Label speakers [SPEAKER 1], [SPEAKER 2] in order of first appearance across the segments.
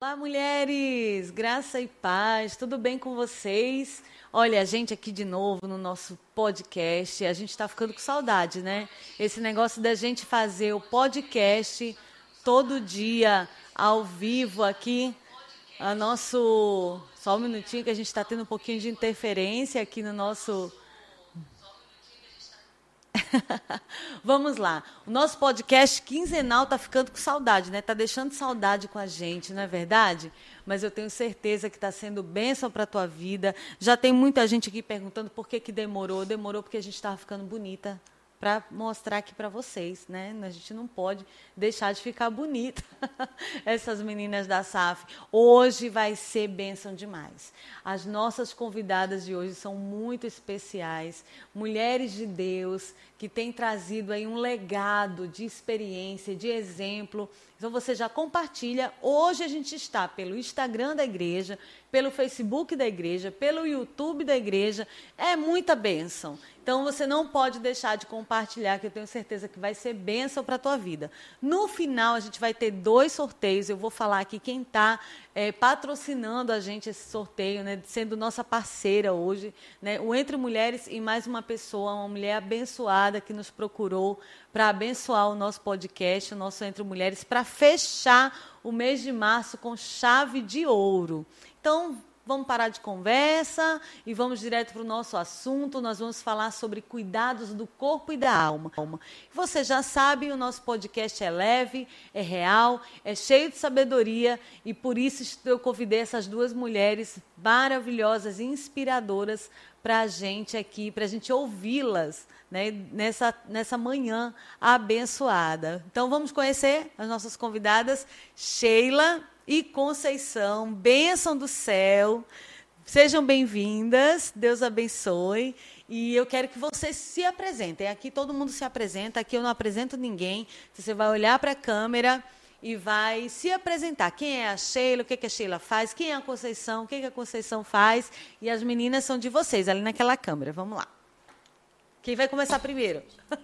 [SPEAKER 1] Olá, mulheres! Graça e paz, tudo bem com vocês? Olha, a gente aqui de novo no nosso podcast, a gente está ficando com saudade, né? Esse negócio da gente fazer o podcast todo dia, ao vivo aqui, Só um minutinho que a gente está tendo um pouquinho de interferência aqui no nosso... Vamos lá. O nosso podcast quinzenal está ficando com saudade, né? Está deixando saudade com a gente, não é verdade? Mas eu tenho certeza que está sendo bênção para a tua vida. Já tem muita gente aqui perguntando por que demorou. Demorou porque a gente estava ficando bonita para mostrar aqui para vocês, né? A gente não pode deixar de ficar bonita. Essas meninas da SAF. Hoje vai ser bênção demais. As nossas convidadas de hoje são muito especiais, mulheres de Deus que têm trazido aí um legado de experiência, de exemplo. Então você já compartilha. Hoje a gente está pelo Instagram da igreja, pelo Facebook da igreja, pelo YouTube da igreja. É muita bênção. Então você não pode deixar de compartilhar, que eu tenho certeza que vai ser bênção para a tua vida. No final a gente vai ter 2 sorteios. Eu vou falar aqui quem está patrocinando a gente esse sorteio, né, sendo nossa parceira hoje, né, o Entre Mulheres e mais uma pessoa, uma mulher abençoada que nos procurou para abençoar o nosso podcast, o nosso Entre Mulheres, para fechar o mês de março com chave de ouro. Então, vamos parar de conversa e vamos direto para o nosso assunto. Nós vamos falar sobre cuidados do corpo e da alma. Você já sabe, o nosso podcast é leve, é real, é cheio de sabedoria e por isso eu convidei essas 2 mulheres maravilhosas e inspiradoras para a gente aqui, para a gente ouvi-las, né, nessa manhã abençoada. Então vamos conhecer as nossas convidadas, Sheila e Conceição, bênção do céu. Sejam bem-vindas, Deus abençoe. E eu quero que vocês se apresentem. Aqui todo mundo se apresenta, aqui eu não apresento ninguém. Você vai olhar para a câmera e vai se apresentar. Quem é a Sheila, o que a Sheila faz, quem é a Conceição, o que a Conceição faz. E as meninas são de vocês, ali naquela câmera. Vamos lá. Quem vai começar primeiro?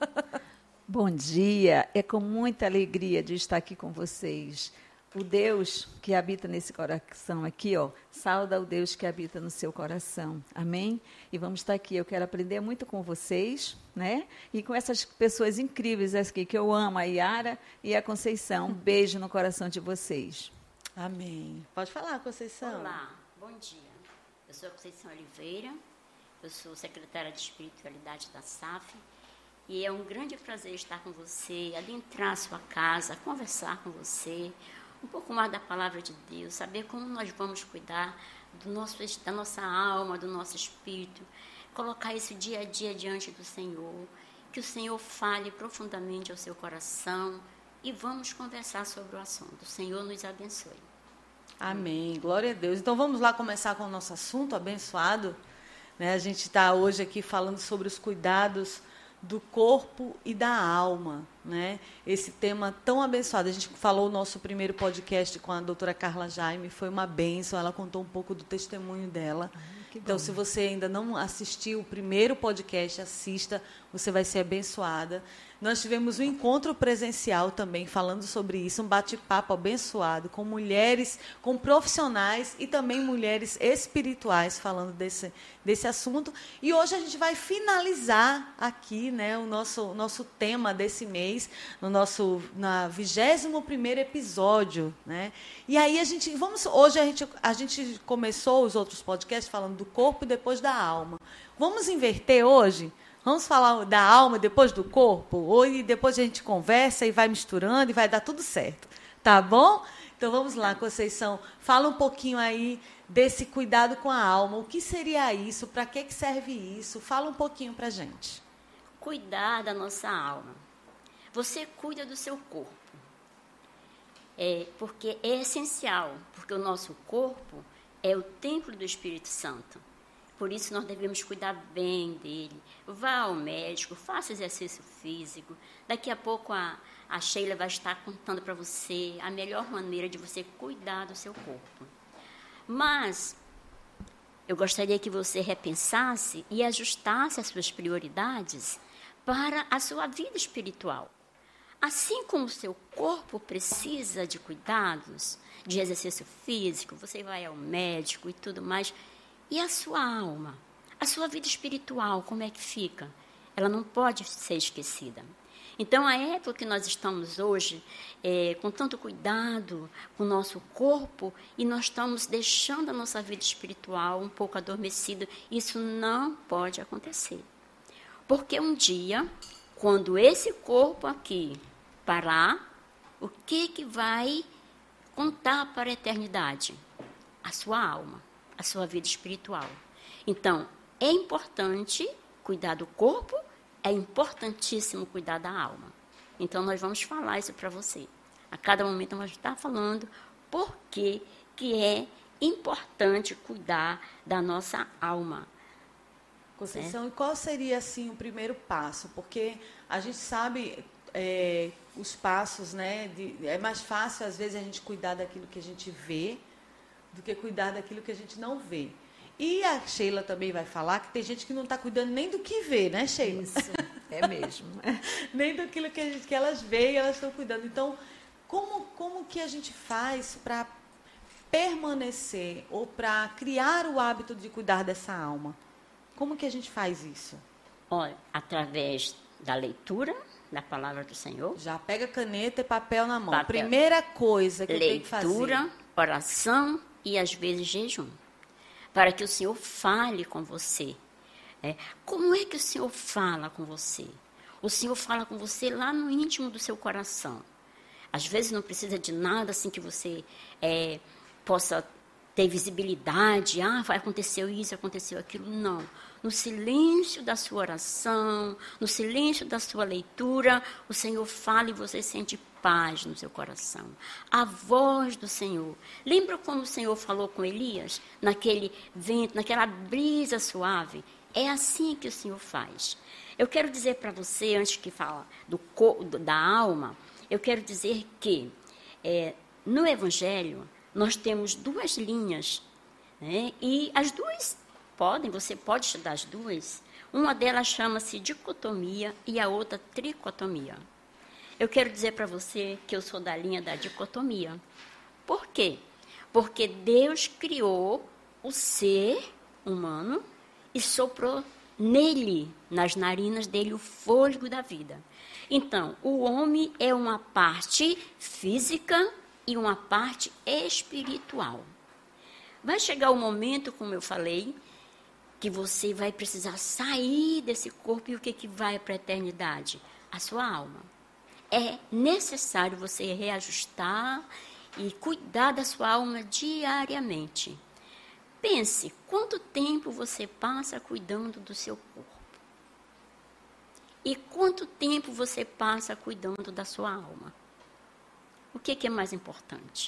[SPEAKER 2] Bom dia, é com muita alegria de estar aqui com vocês. O Deus que habita nesse coração aqui, ó, sauda o Deus que habita no seu coração. Amém? E vamos estar aqui. Eu quero aprender muito com vocês, né? E com essas pessoas incríveis aqui que eu amo, a Yara e a Conceição. Um beijo no coração de vocês.
[SPEAKER 1] Amém. Pode falar, Conceição.
[SPEAKER 3] Olá, bom dia. Eu sou a Conceição Oliveira, eu sou secretária de Espiritualidade da SAF. E é um grande prazer estar com você, adentrar a sua casa, conversar com você, um pouco mais da palavra de Deus, saber como nós vamos cuidar da nossa alma, do nosso espírito, colocar isso dia a dia diante do Senhor, que o Senhor fale profundamente ao seu coração e vamos conversar sobre o assunto. O Senhor nos abençoe.
[SPEAKER 1] Amém, glória a Deus. Então vamos lá começar com o nosso assunto abençoado. Né? A gente está hoje aqui falando sobre os cuidados do corpo e da alma, né? Esse tema tão abençoado. A gente falou no nosso primeiro podcast com a doutora Carla Jaime, foi uma bênção, ela contou um pouco do testemunho dela. Então, se você ainda não assistiu o primeiro podcast, assista, você vai ser abençoada. Nós tivemos um encontro presencial também, falando sobre isso, um bate-papo abençoado, com mulheres, com profissionais e também mulheres espirituais, falando desse assunto. E hoje a gente vai finalizar aqui, né, o nosso tema desse mês, na 21º episódio. Né? E aí hoje a gente começou os outros podcasts falando do corpo e depois da alma. Vamos inverter hoje? Vamos falar da alma depois do corpo? Ou depois a gente conversa e vai misturando e vai dar tudo certo. Tá bom? Então vamos lá, Conceição. Fala um pouquinho aí desse cuidado com a alma. O que seria isso? Para que serve isso? Fala um pouquinho para a gente.
[SPEAKER 3] Cuidar da nossa alma. Você cuida do seu corpo. Porque é essencial. Porque o nosso corpo é o templo do Espírito Santo. Por isso, nós devemos cuidar bem dele. Vá ao médico, faça exercício físico. Daqui a pouco a Sheila vai estar contando para você a melhor maneira de você cuidar do seu corpo. Mas eu gostaria que você repensasse e ajustasse as suas prioridades para a sua vida espiritual. assim como o seu corpo precisa de cuidados, de exercício físico, você vai ao médico e tudo mais, e a sua alma, a sua vida espiritual, como é que fica? Ela não pode ser esquecida. Então, a época que nós estamos hoje, com tanto cuidado com o nosso corpo, e nós estamos deixando a nossa vida espiritual um pouco adormecida, isso não pode acontecer. Porque um dia, quando esse corpo aqui parar, o que vai contar para a eternidade? A sua alma, a sua vida espiritual. Então, é importante cuidar do corpo, é importantíssimo cuidar da alma. Então, nós vamos falar isso para você. A cada momento, nós vamos estar falando por que é importante cuidar da nossa alma.
[SPEAKER 1] Conceição, e qual seria, assim, o primeiro passo? Porque a gente sabe os passos, né? É mais fácil, às vezes, a gente cuidar daquilo que a gente vê do que cuidar daquilo que a gente não vê. E a Sheila também vai falar que tem gente que não está cuidando nem do que vê, né, Sheila?
[SPEAKER 2] Isso, é mesmo.
[SPEAKER 1] Nem daquilo que elas veem, elas estão cuidando. Então, como que a gente faz para permanecer ou para criar o hábito de cuidar dessa alma? Como que a gente faz isso?
[SPEAKER 3] Olha, através da leitura da palavra do Senhor.
[SPEAKER 1] Já pega caneta e papel na mão.
[SPEAKER 3] Papel.
[SPEAKER 1] Primeira coisa que eu tenho que fazer.
[SPEAKER 3] Leitura, oração e, às vezes, jejum. Para que o Senhor fale com você. Como é que o Senhor fala com você? O Senhor fala com você lá no íntimo do seu coração. Às vezes não precisa de nada assim que você possa ter visibilidade. Vai acontecer isso, aconteceu aquilo. Não. No silêncio da sua oração, no silêncio da sua leitura, o Senhor fala e você sente paz no seu coração. A voz do Senhor. Lembra como o Senhor falou com Elias? Naquele vento, naquela brisa suave. É assim que o Senhor faz. Eu quero dizer para você, antes que fala da alma, eu quero dizer que no Evangelho nós temos duas linhas, né? E as duas você pode estudar as duas. Uma delas chama-se dicotomia e a outra tricotomia. Eu quero dizer para você que eu sou da linha da dicotomia. Por quê? Porque Deus criou o ser humano e soprou nele, nas narinas dele, o fôlego da vida. Então, o homem é uma parte física e uma parte espiritual. Vai chegar o momento, como eu falei, que você vai precisar sair desse corpo e o que vai para a eternidade? A sua alma. É necessário você reajustar e cuidar da sua alma diariamente. Pense, quanto tempo você passa cuidando do seu corpo? E quanto tempo você passa cuidando da sua alma? O que é mais importante?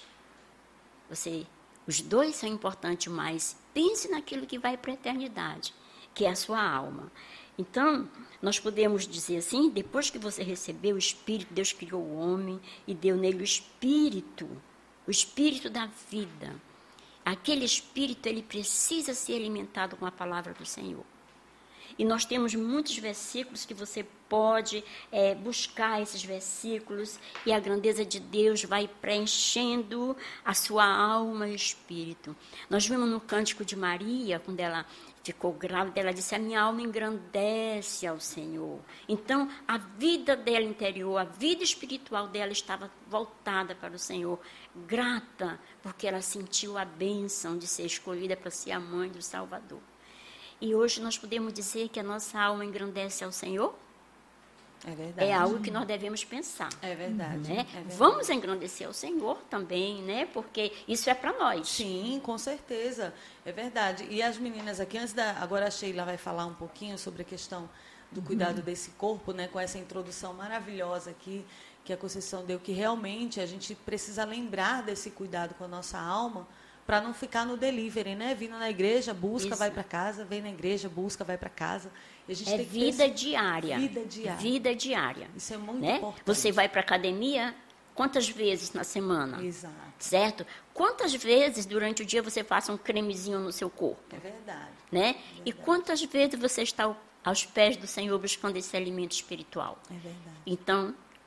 [SPEAKER 3] Os dois são importantes, mas pense naquilo que vai para a eternidade, que é a sua alma. Então, nós podemos dizer assim, depois que você recebeu o Espírito, Deus criou o homem e deu nele o Espírito da vida. Aquele Espírito, ele precisa ser alimentado com a palavra do Senhor. E nós temos muitos versículos que você pode buscar esses versículos e a grandeza de Deus vai preenchendo a sua alma e espírito. Nós vimos no Cântico de Maria, quando ela ficou grávida, ela disse, a minha alma engrandece ao Senhor. Então, a vida dela interior, a vida espiritual dela estava voltada para o Senhor, grata, porque ela sentiu a bênção de ser escolhida para ser a mãe do Salvador. E hoje nós podemos dizer que a nossa alma engrandece ao Senhor?
[SPEAKER 1] É verdade.
[SPEAKER 3] É algo que nós devemos pensar.
[SPEAKER 1] É verdade.
[SPEAKER 3] Né?
[SPEAKER 1] É verdade.
[SPEAKER 3] Vamos engrandecer ao Senhor também, né? Porque isso é para nós.
[SPEAKER 1] Sim, com certeza. É verdade. E as meninas aqui, agora a Sheila vai falar um pouquinho sobre a questão do cuidado desse corpo, né? Com essa introdução maravilhosa aqui que a Conceição deu, que realmente a gente precisa lembrar desse cuidado com a nossa alma, para não ficar no delivery, né? Vindo na igreja, busca,
[SPEAKER 3] Isso.
[SPEAKER 1] vai para casa, vem na igreja, busca, vai para casa. E a gente tem que
[SPEAKER 3] Vida diária.
[SPEAKER 1] Vida diária.
[SPEAKER 3] Vida diária.
[SPEAKER 1] Isso é muito
[SPEAKER 3] né?
[SPEAKER 1] importante.
[SPEAKER 3] Você vai para a academia quantas vezes na semana?
[SPEAKER 1] Exato.
[SPEAKER 3] Certo? Quantas vezes durante o dia você passa um cremezinho no seu corpo?
[SPEAKER 1] É verdade.
[SPEAKER 3] Né?
[SPEAKER 1] É verdade.
[SPEAKER 3] E quantas vezes você está aos pés do Senhor buscando esse alimento espiritual?
[SPEAKER 1] É verdade.
[SPEAKER 3] Então,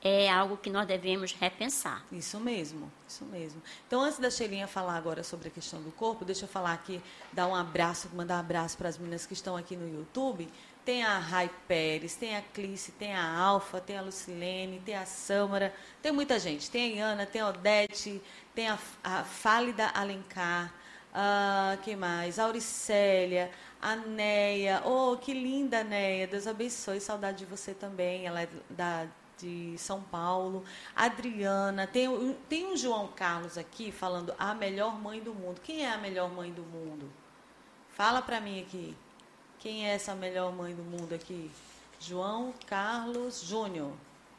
[SPEAKER 3] é algo que nós devemos repensar.
[SPEAKER 1] Isso mesmo, isso mesmo. Então, antes da Sheilinha falar agora sobre a questão do corpo, deixa eu falar aqui, dar um abraço, mandar um abraço para as meninas que estão aqui no YouTube. Tem a Rai Pérez, tem a Clice, tem a Alfa, tem a Lucilene, tem a Sâmara, tem muita gente. Tem a Iana, tem a Odete, tem a Fálida Alencar, quem mais? A Auricélia, a Neia. Oh, que linda, Neia. Deus abençoe, saudade de você também. Ela é de São Paulo. A Adriana, tem um João Carlos aqui falando a melhor mãe do mundo. Quem é a melhor mãe do mundo? Fala para mim aqui. Quem é essa melhor mãe do mundo aqui? João Carlos Júnior.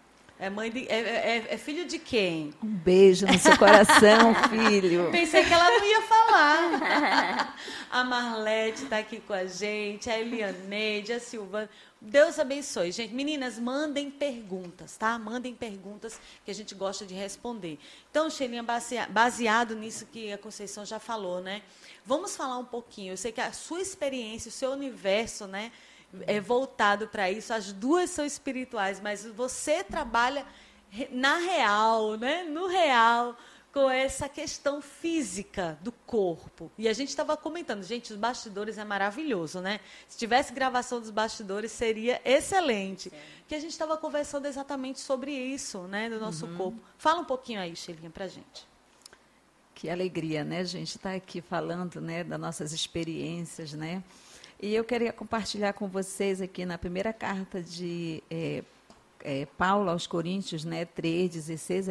[SPEAKER 1] É filho de quem?
[SPEAKER 2] Um beijo no seu coração, filho.
[SPEAKER 1] Pensei que ela não ia falar. A Marlete está aqui com a gente, a Elianeide, a Silvana. Deus abençoe. Gente, meninas, mandem perguntas, tá? Mandem perguntas que a gente gosta de responder. Então, Sheilinha, baseado nisso que a Conceição já falou, né? Vamos falar um pouquinho. Eu sei que a sua experiência, o seu universo, né, é voltado para isso. As duas são espirituais, mas você trabalha na real, né? No real, com essa questão física do corpo. E a gente estava comentando, gente, os bastidores é maravilhoso, né? Se tivesse gravação dos bastidores, seria excelente. Que a gente estava conversando exatamente sobre isso, né? Do nosso corpo. Fala um pouquinho aí, Sheilinha, pra gente.
[SPEAKER 2] Que alegria, né, gente, estar aqui falando, né, das nossas experiências, né? E eu queria compartilhar com vocês aqui na primeira carta de Paulo aos Coríntios, né, 3, 16 a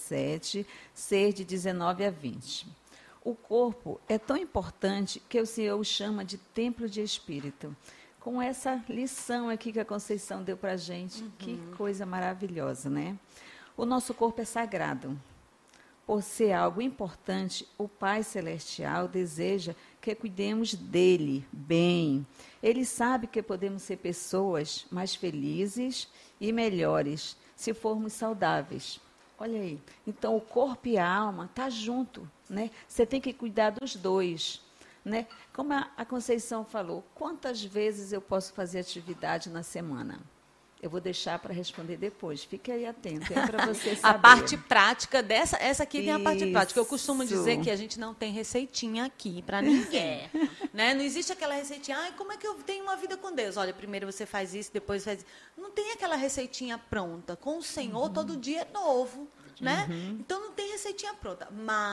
[SPEAKER 2] 17, 6, de 19 a 20. O corpo é tão importante que o Senhor o chama de templo de espírito. Com essa lição aqui que a Conceição deu para a gente, que coisa maravilhosa, né? O nosso corpo é sagrado. Por ser algo importante, o Pai Celestial deseja que cuidemos dele bem. Ele sabe que podemos ser pessoas mais felizes e melhores se formos saudáveis. Olha aí. Então, o corpo e a alma estão junto, né? Você tem que cuidar dos dois, né? Como a Conceição falou, quantas vezes eu posso fazer atividade na semana? Eu vou deixar para responder depois. Fique aí atento, é para você saber.
[SPEAKER 1] A parte prática dessa, essa aqui tem a parte prática. Eu costumo dizer que a gente não tem receitinha aqui para ninguém. Né? Não existe aquela receitinha, como é que eu tenho uma vida com Deus? Olha, primeiro você faz isso, depois faz isso. Não tem aquela receitinha pronta. Com o Senhor, todo dia é novo. Né? Então, não tem receitinha pronta.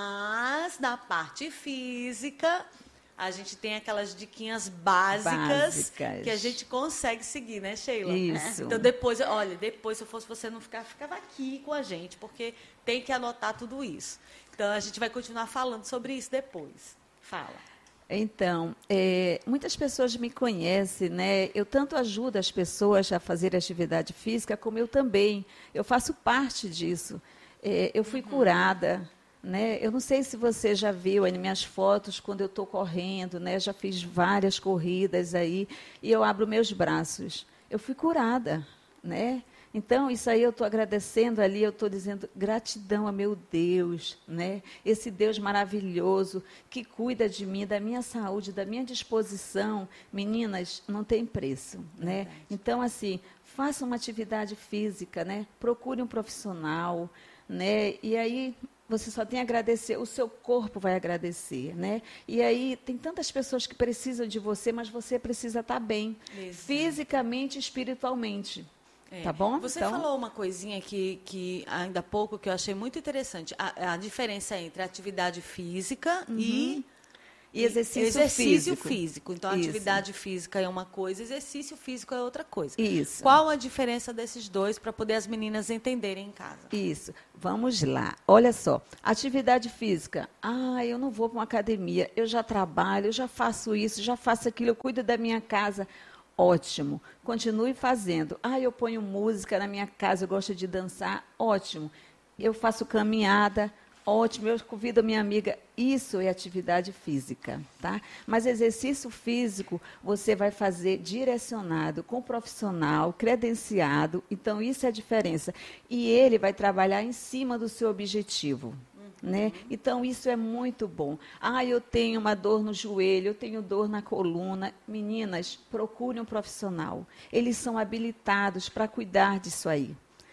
[SPEAKER 1] Mas, na parte física, a gente tem aquelas diquinhas básicas que a gente consegue seguir, né, Sheila?
[SPEAKER 2] Isso.
[SPEAKER 1] Então, depois, se eu fosse você não ficava aqui com a gente, porque tem que anotar tudo isso. Então, a gente vai continuar falando sobre isso depois. Fala.
[SPEAKER 2] Então, muitas pessoas me conhecem, né? Eu tanto ajudo as pessoas a fazer atividade física, como eu também. Eu faço parte disso. Eu fui curada. Né? Eu não sei se você já viu aí nas minhas fotos, quando eu estou correndo, né? Já fiz várias corridas aí, e eu abro meus braços. Eu fui curada, né? Então, isso aí eu estou agradecendo ali, eu estou dizendo gratidão a meu Deus, né? Esse Deus maravilhoso que cuida de mim, da minha saúde, da minha disposição. Meninas, não tem preço, né? Então, assim, faça uma atividade física, né? Procure um profissional, né? E aí você só tem a agradecer, o seu corpo vai agradecer, né? E aí tem tantas pessoas que precisam de você, mas você precisa estar bem, fisicamente e espiritualmente. Tá bom?
[SPEAKER 1] Você falou uma coisinha que ainda há pouco que eu achei muito interessante. A diferença entre atividade física e exercício físico. Então, a atividade física é uma coisa, exercício físico é outra coisa.
[SPEAKER 2] Isso.
[SPEAKER 1] Qual a diferença desses dois para poder as meninas entenderem em casa?
[SPEAKER 2] Isso. Vamos lá. Olha só. Atividade física. Eu não vou para uma academia. Eu já trabalho, eu já faço isso, já faço aquilo, eu cuido da minha casa. Ótimo. Continue fazendo. Eu ponho música na minha casa, eu gosto de dançar. Ótimo. Eu faço caminhada. Ótimo, eu convido a minha amiga. Isso é atividade física, tá? Mas exercício físico você vai fazer direcionado, com profissional, credenciado. Então, isso é a diferença. E ele vai trabalhar em cima do seu objetivo. Né? Então, isso é muito bom. Eu tenho uma dor no joelho, eu tenho dor na coluna. Meninas, procure um profissional. Eles são habilitados para cuidar disso aí.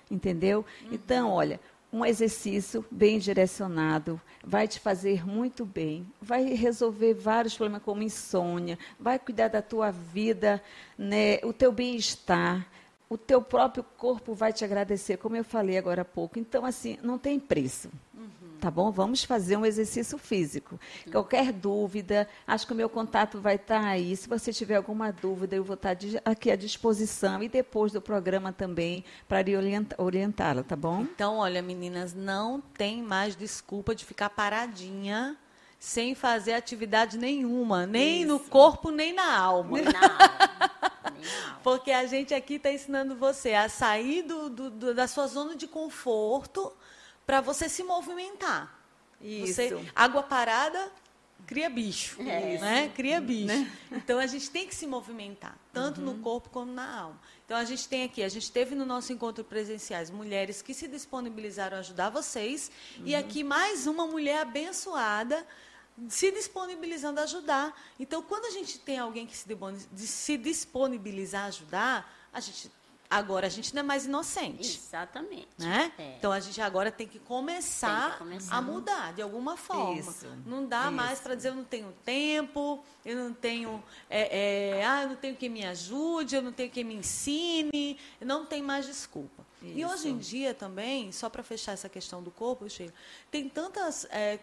[SPEAKER 2] entendeu? Então, olha, um exercício bem direcionado vai te fazer muito bem, vai resolver vários problemas como insônia, vai cuidar da tua vida, né, o teu bem-estar, o teu próprio corpo vai te agradecer, como eu falei agora há pouco. Então, assim, não tem preço. Tá bom? Vamos fazer um exercício físico. Qualquer dúvida, acho que o meu contato vai estar aí. Se você tiver alguma dúvida, eu vou estar aqui à disposição e depois do programa também para orientá-la, tá bom?
[SPEAKER 1] Então, olha, meninas, não tem mais desculpa de ficar paradinha sem fazer atividade nenhuma, nem no corpo, nem na alma.
[SPEAKER 3] Nem na alma. Nem na alma.
[SPEAKER 1] Porque a gente aqui está ensinando você a sair da sua zona de conforto para você se movimentar.
[SPEAKER 2] Isso.
[SPEAKER 1] Água parada cria bicho,
[SPEAKER 3] É.
[SPEAKER 1] né? Cria bicho. Então, a gente tem que se movimentar, tanto no corpo como na alma. Então, a gente teve no nosso encontro presenciais mulheres que se disponibilizaram a ajudar vocês, e aqui mais uma mulher abençoada se disponibilizando a ajudar. Então, quando a gente tem alguém que se disponibilizar a ajudar, agora a gente não é mais inocente.
[SPEAKER 3] Exatamente.
[SPEAKER 1] Né?
[SPEAKER 3] É. Então,
[SPEAKER 1] a gente agora tem que começar a mudar de alguma forma.
[SPEAKER 2] Isso.
[SPEAKER 1] Não dá mais para dizer eu não tenho tempo, eu não tenho, eu não tenho quem me ajude, eu não tenho quem me ensine, não tem mais desculpa. E
[SPEAKER 2] Isso.
[SPEAKER 1] hoje em dia também, só para fechar essa questão do corpo, Sheila, tem tantas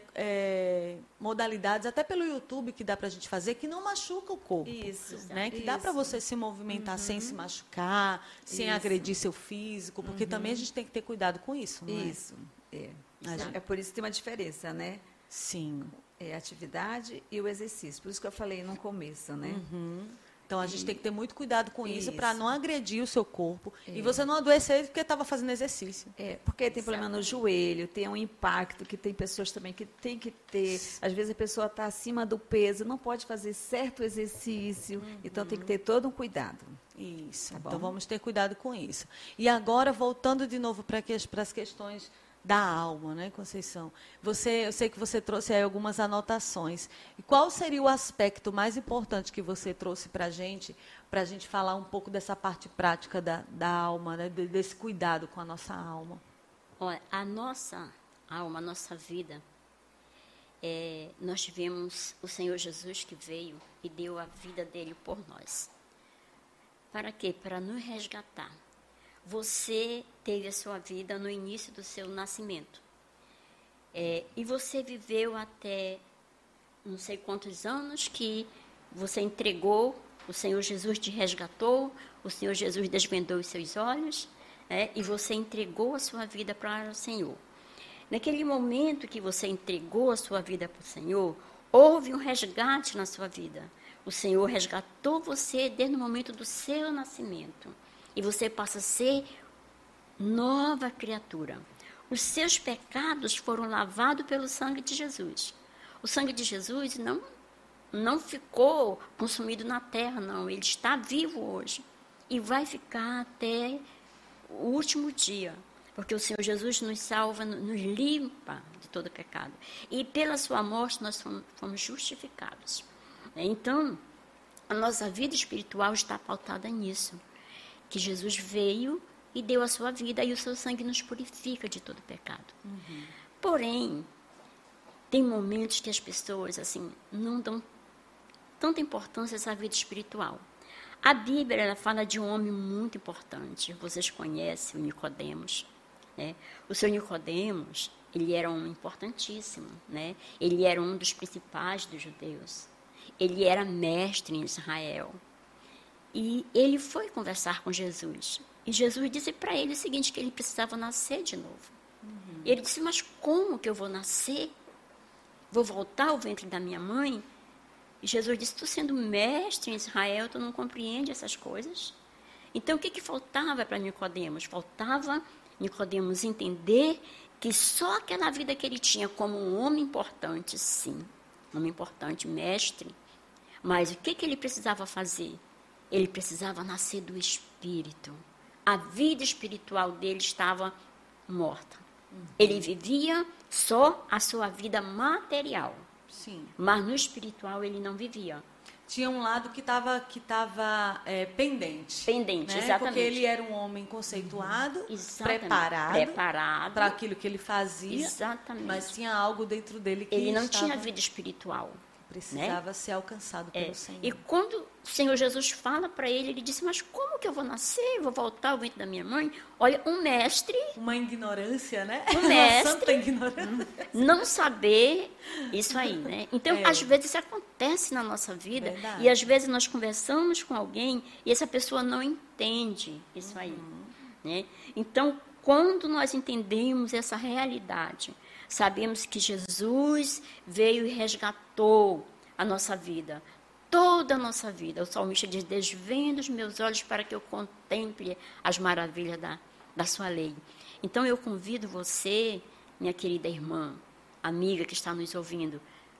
[SPEAKER 1] modalidades, até pelo YouTube, que dá para a gente fazer, que não machuca o corpo.
[SPEAKER 2] Isso.
[SPEAKER 1] Né? Que dá para você se movimentar sem se machucar, sem agredir seu físico, porque também a gente tem que ter cuidado com isso, não é?
[SPEAKER 2] Isso. É por isso que tem uma diferença, né?
[SPEAKER 1] Sim.
[SPEAKER 2] É a atividade e o exercício. Por isso que eu falei no começo, né?
[SPEAKER 1] Então, a gente tem que ter muito cuidado com isso para
[SPEAKER 2] Isso.
[SPEAKER 1] não agredir o seu corpo. E você não adoecer porque estava fazendo exercício.
[SPEAKER 2] Porque tem problema no joelho, tem um impacto que tem pessoas também que tem que ter. Às vezes a pessoa está acima do peso, não pode fazer certo exercício, então tem que ter todo um cuidado.
[SPEAKER 1] Isso.
[SPEAKER 2] Tá bom?
[SPEAKER 1] Então, vamos ter cuidado com isso. E agora, voltando de novo para as questões da alma, né, Conceição? Eu sei que você trouxe aí algumas anotações. E qual seria o aspecto mais importante que você trouxe para a gente falar um pouco dessa parte prática da alma, né, desse cuidado com a nossa alma?
[SPEAKER 3] Olha, a nossa alma, a nossa vida, nós tivemos o Senhor Jesus que veio e deu a vida dele por nós. Para quê? Para nos resgatar. Você teve a sua vida no início do seu nascimento. E você viveu até não sei quantos anos que você entregou, o Senhor Jesus te resgatou, o Senhor Jesus desvendou os seus olhos, e você entregou a sua vida para o Senhor. Naquele momento que você entregou a sua vida para o Senhor, houve um resgate na sua vida. O Senhor resgatou você desde o momento do seu nascimento. E você passa a ser nova criatura. Os seus pecados foram lavados pelo sangue de Jesus. O sangue de Jesus não ficou consumido na terra, não. Ele está vivo hoje. E vai ficar até o último dia. Porque o Senhor Jesus nos salva, nos limpa de todo pecado. E pela sua morte nós fomos justificados. Então, a nossa vida espiritual está pautada nisso. Que Jesus veio e deu a sua vida e o seu sangue nos purifica de todo pecado. Porém, tem momentos que as pessoas assim não dão tanta importância a essa vida espiritual. A Bíblia ela fala de um homem muito importante. Vocês conhecem o Nicodemos, né? O seu Nicodemos, ele era um importantíssimo, né? Ele era um dos principais dos judeus. Ele era mestre em Israel. E ele foi conversar com Jesus. E Jesus disse para ele o seguinte, que ele precisava nascer de novo. E ele disse, mas como que eu vou nascer? Vou voltar ao ventre da minha mãe? E Jesus disse, tu sendo mestre em Israel, tu não compreende essas coisas? Então, o que faltava para Nicodemos? Faltava Nicodemos entender que só aquela vida que ele tinha como um homem importante, sim, um homem importante, mestre, mas o que ele precisava fazer? Ele precisava nascer do Espírito. A vida espiritual dele estava morta. Ele vivia só a sua vida material.
[SPEAKER 1] Sim.
[SPEAKER 3] Mas no espiritual ele não vivia.
[SPEAKER 1] tinha um lado que estava pendente.
[SPEAKER 3] Pendente,
[SPEAKER 1] né?
[SPEAKER 3] exatamente.
[SPEAKER 1] Porque ele era um homem conceituado,
[SPEAKER 3] Exatamente.
[SPEAKER 1] preparado para aquilo que ele fazia.
[SPEAKER 3] Exatamente.
[SPEAKER 1] Mas tinha algo dentro dele que
[SPEAKER 3] ele não tinha vida espiritual.
[SPEAKER 1] Precisava ser alcançado pelo Senhor.
[SPEAKER 3] E quando o Senhor Jesus fala para ele, ele disse, mas como que eu vou nascer? Eu vou voltar ao ventre da minha mãe? Olha, um mestre...
[SPEAKER 1] Uma ignorância, né?
[SPEAKER 3] Um mestre...
[SPEAKER 1] Uma santa ignorância.
[SPEAKER 3] Não saber isso aí, né? Então, às vezes, isso acontece na nossa vida.
[SPEAKER 1] Verdade.
[SPEAKER 3] E, às vezes, nós conversamos com alguém e essa pessoa não entende isso aí. Né? Então, quando nós entendemos essa realidade... Sabemos que Jesus veio e resgatou a nossa vida, toda a nossa vida. O salmista diz, desvenda os meus olhos para que eu contemple as maravilhas da sua lei. Então, eu convido você, minha querida irmã, amiga que está nos ouvindo,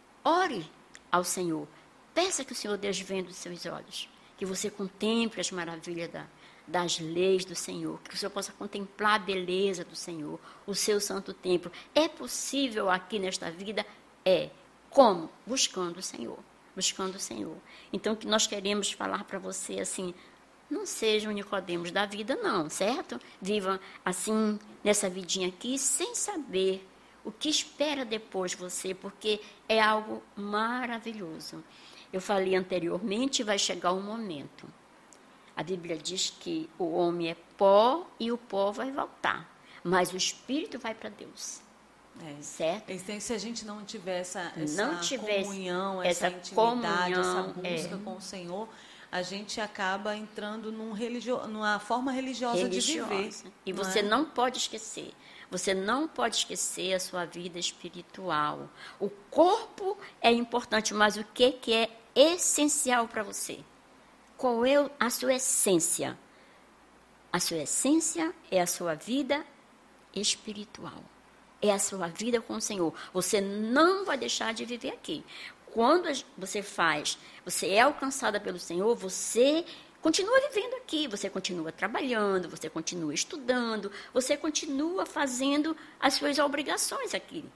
[SPEAKER 3] ore ao Senhor. Peça que o Senhor desvenda os seus olhos, que você contemple as maravilhas das leis do Senhor, que o Senhor possa contemplar a beleza do Senhor, o seu santo templo. É possível aqui nesta vida? É. Como? Buscando o Senhor. Buscando o Senhor. Então, o que nós queremos falar para você, assim, não sejam Nicodemos da vida, não, certo? Vivam, assim, nessa vidinha aqui, sem saber o que espera depois você, porque é algo maravilhoso. Eu falei anteriormente, vai chegar um momento. A Bíblia diz que o homem é pó e o pó vai voltar, mas o espírito vai para Deus. Certo?
[SPEAKER 1] Então, se a gente não tiver essa comunhão,
[SPEAKER 3] essa
[SPEAKER 1] intimidade, essa
[SPEAKER 3] comunhão,
[SPEAKER 1] busca com o Senhor, a gente acaba entrando numa forma religiosa de viver.
[SPEAKER 3] E você não pode esquecer. Você não pode esquecer a sua vida espiritual. O corpo é importante, mas o que é essencial para você? Qual é a sua essência? A sua essência é a sua vida espiritual. É a sua vida com o Senhor. Você não vai deixar de viver aqui. Quando você é alcançada pelo Senhor, você continua vivendo aqui, você continua trabalhando, você continua estudando, você continua fazendo as suas obrigações aqui.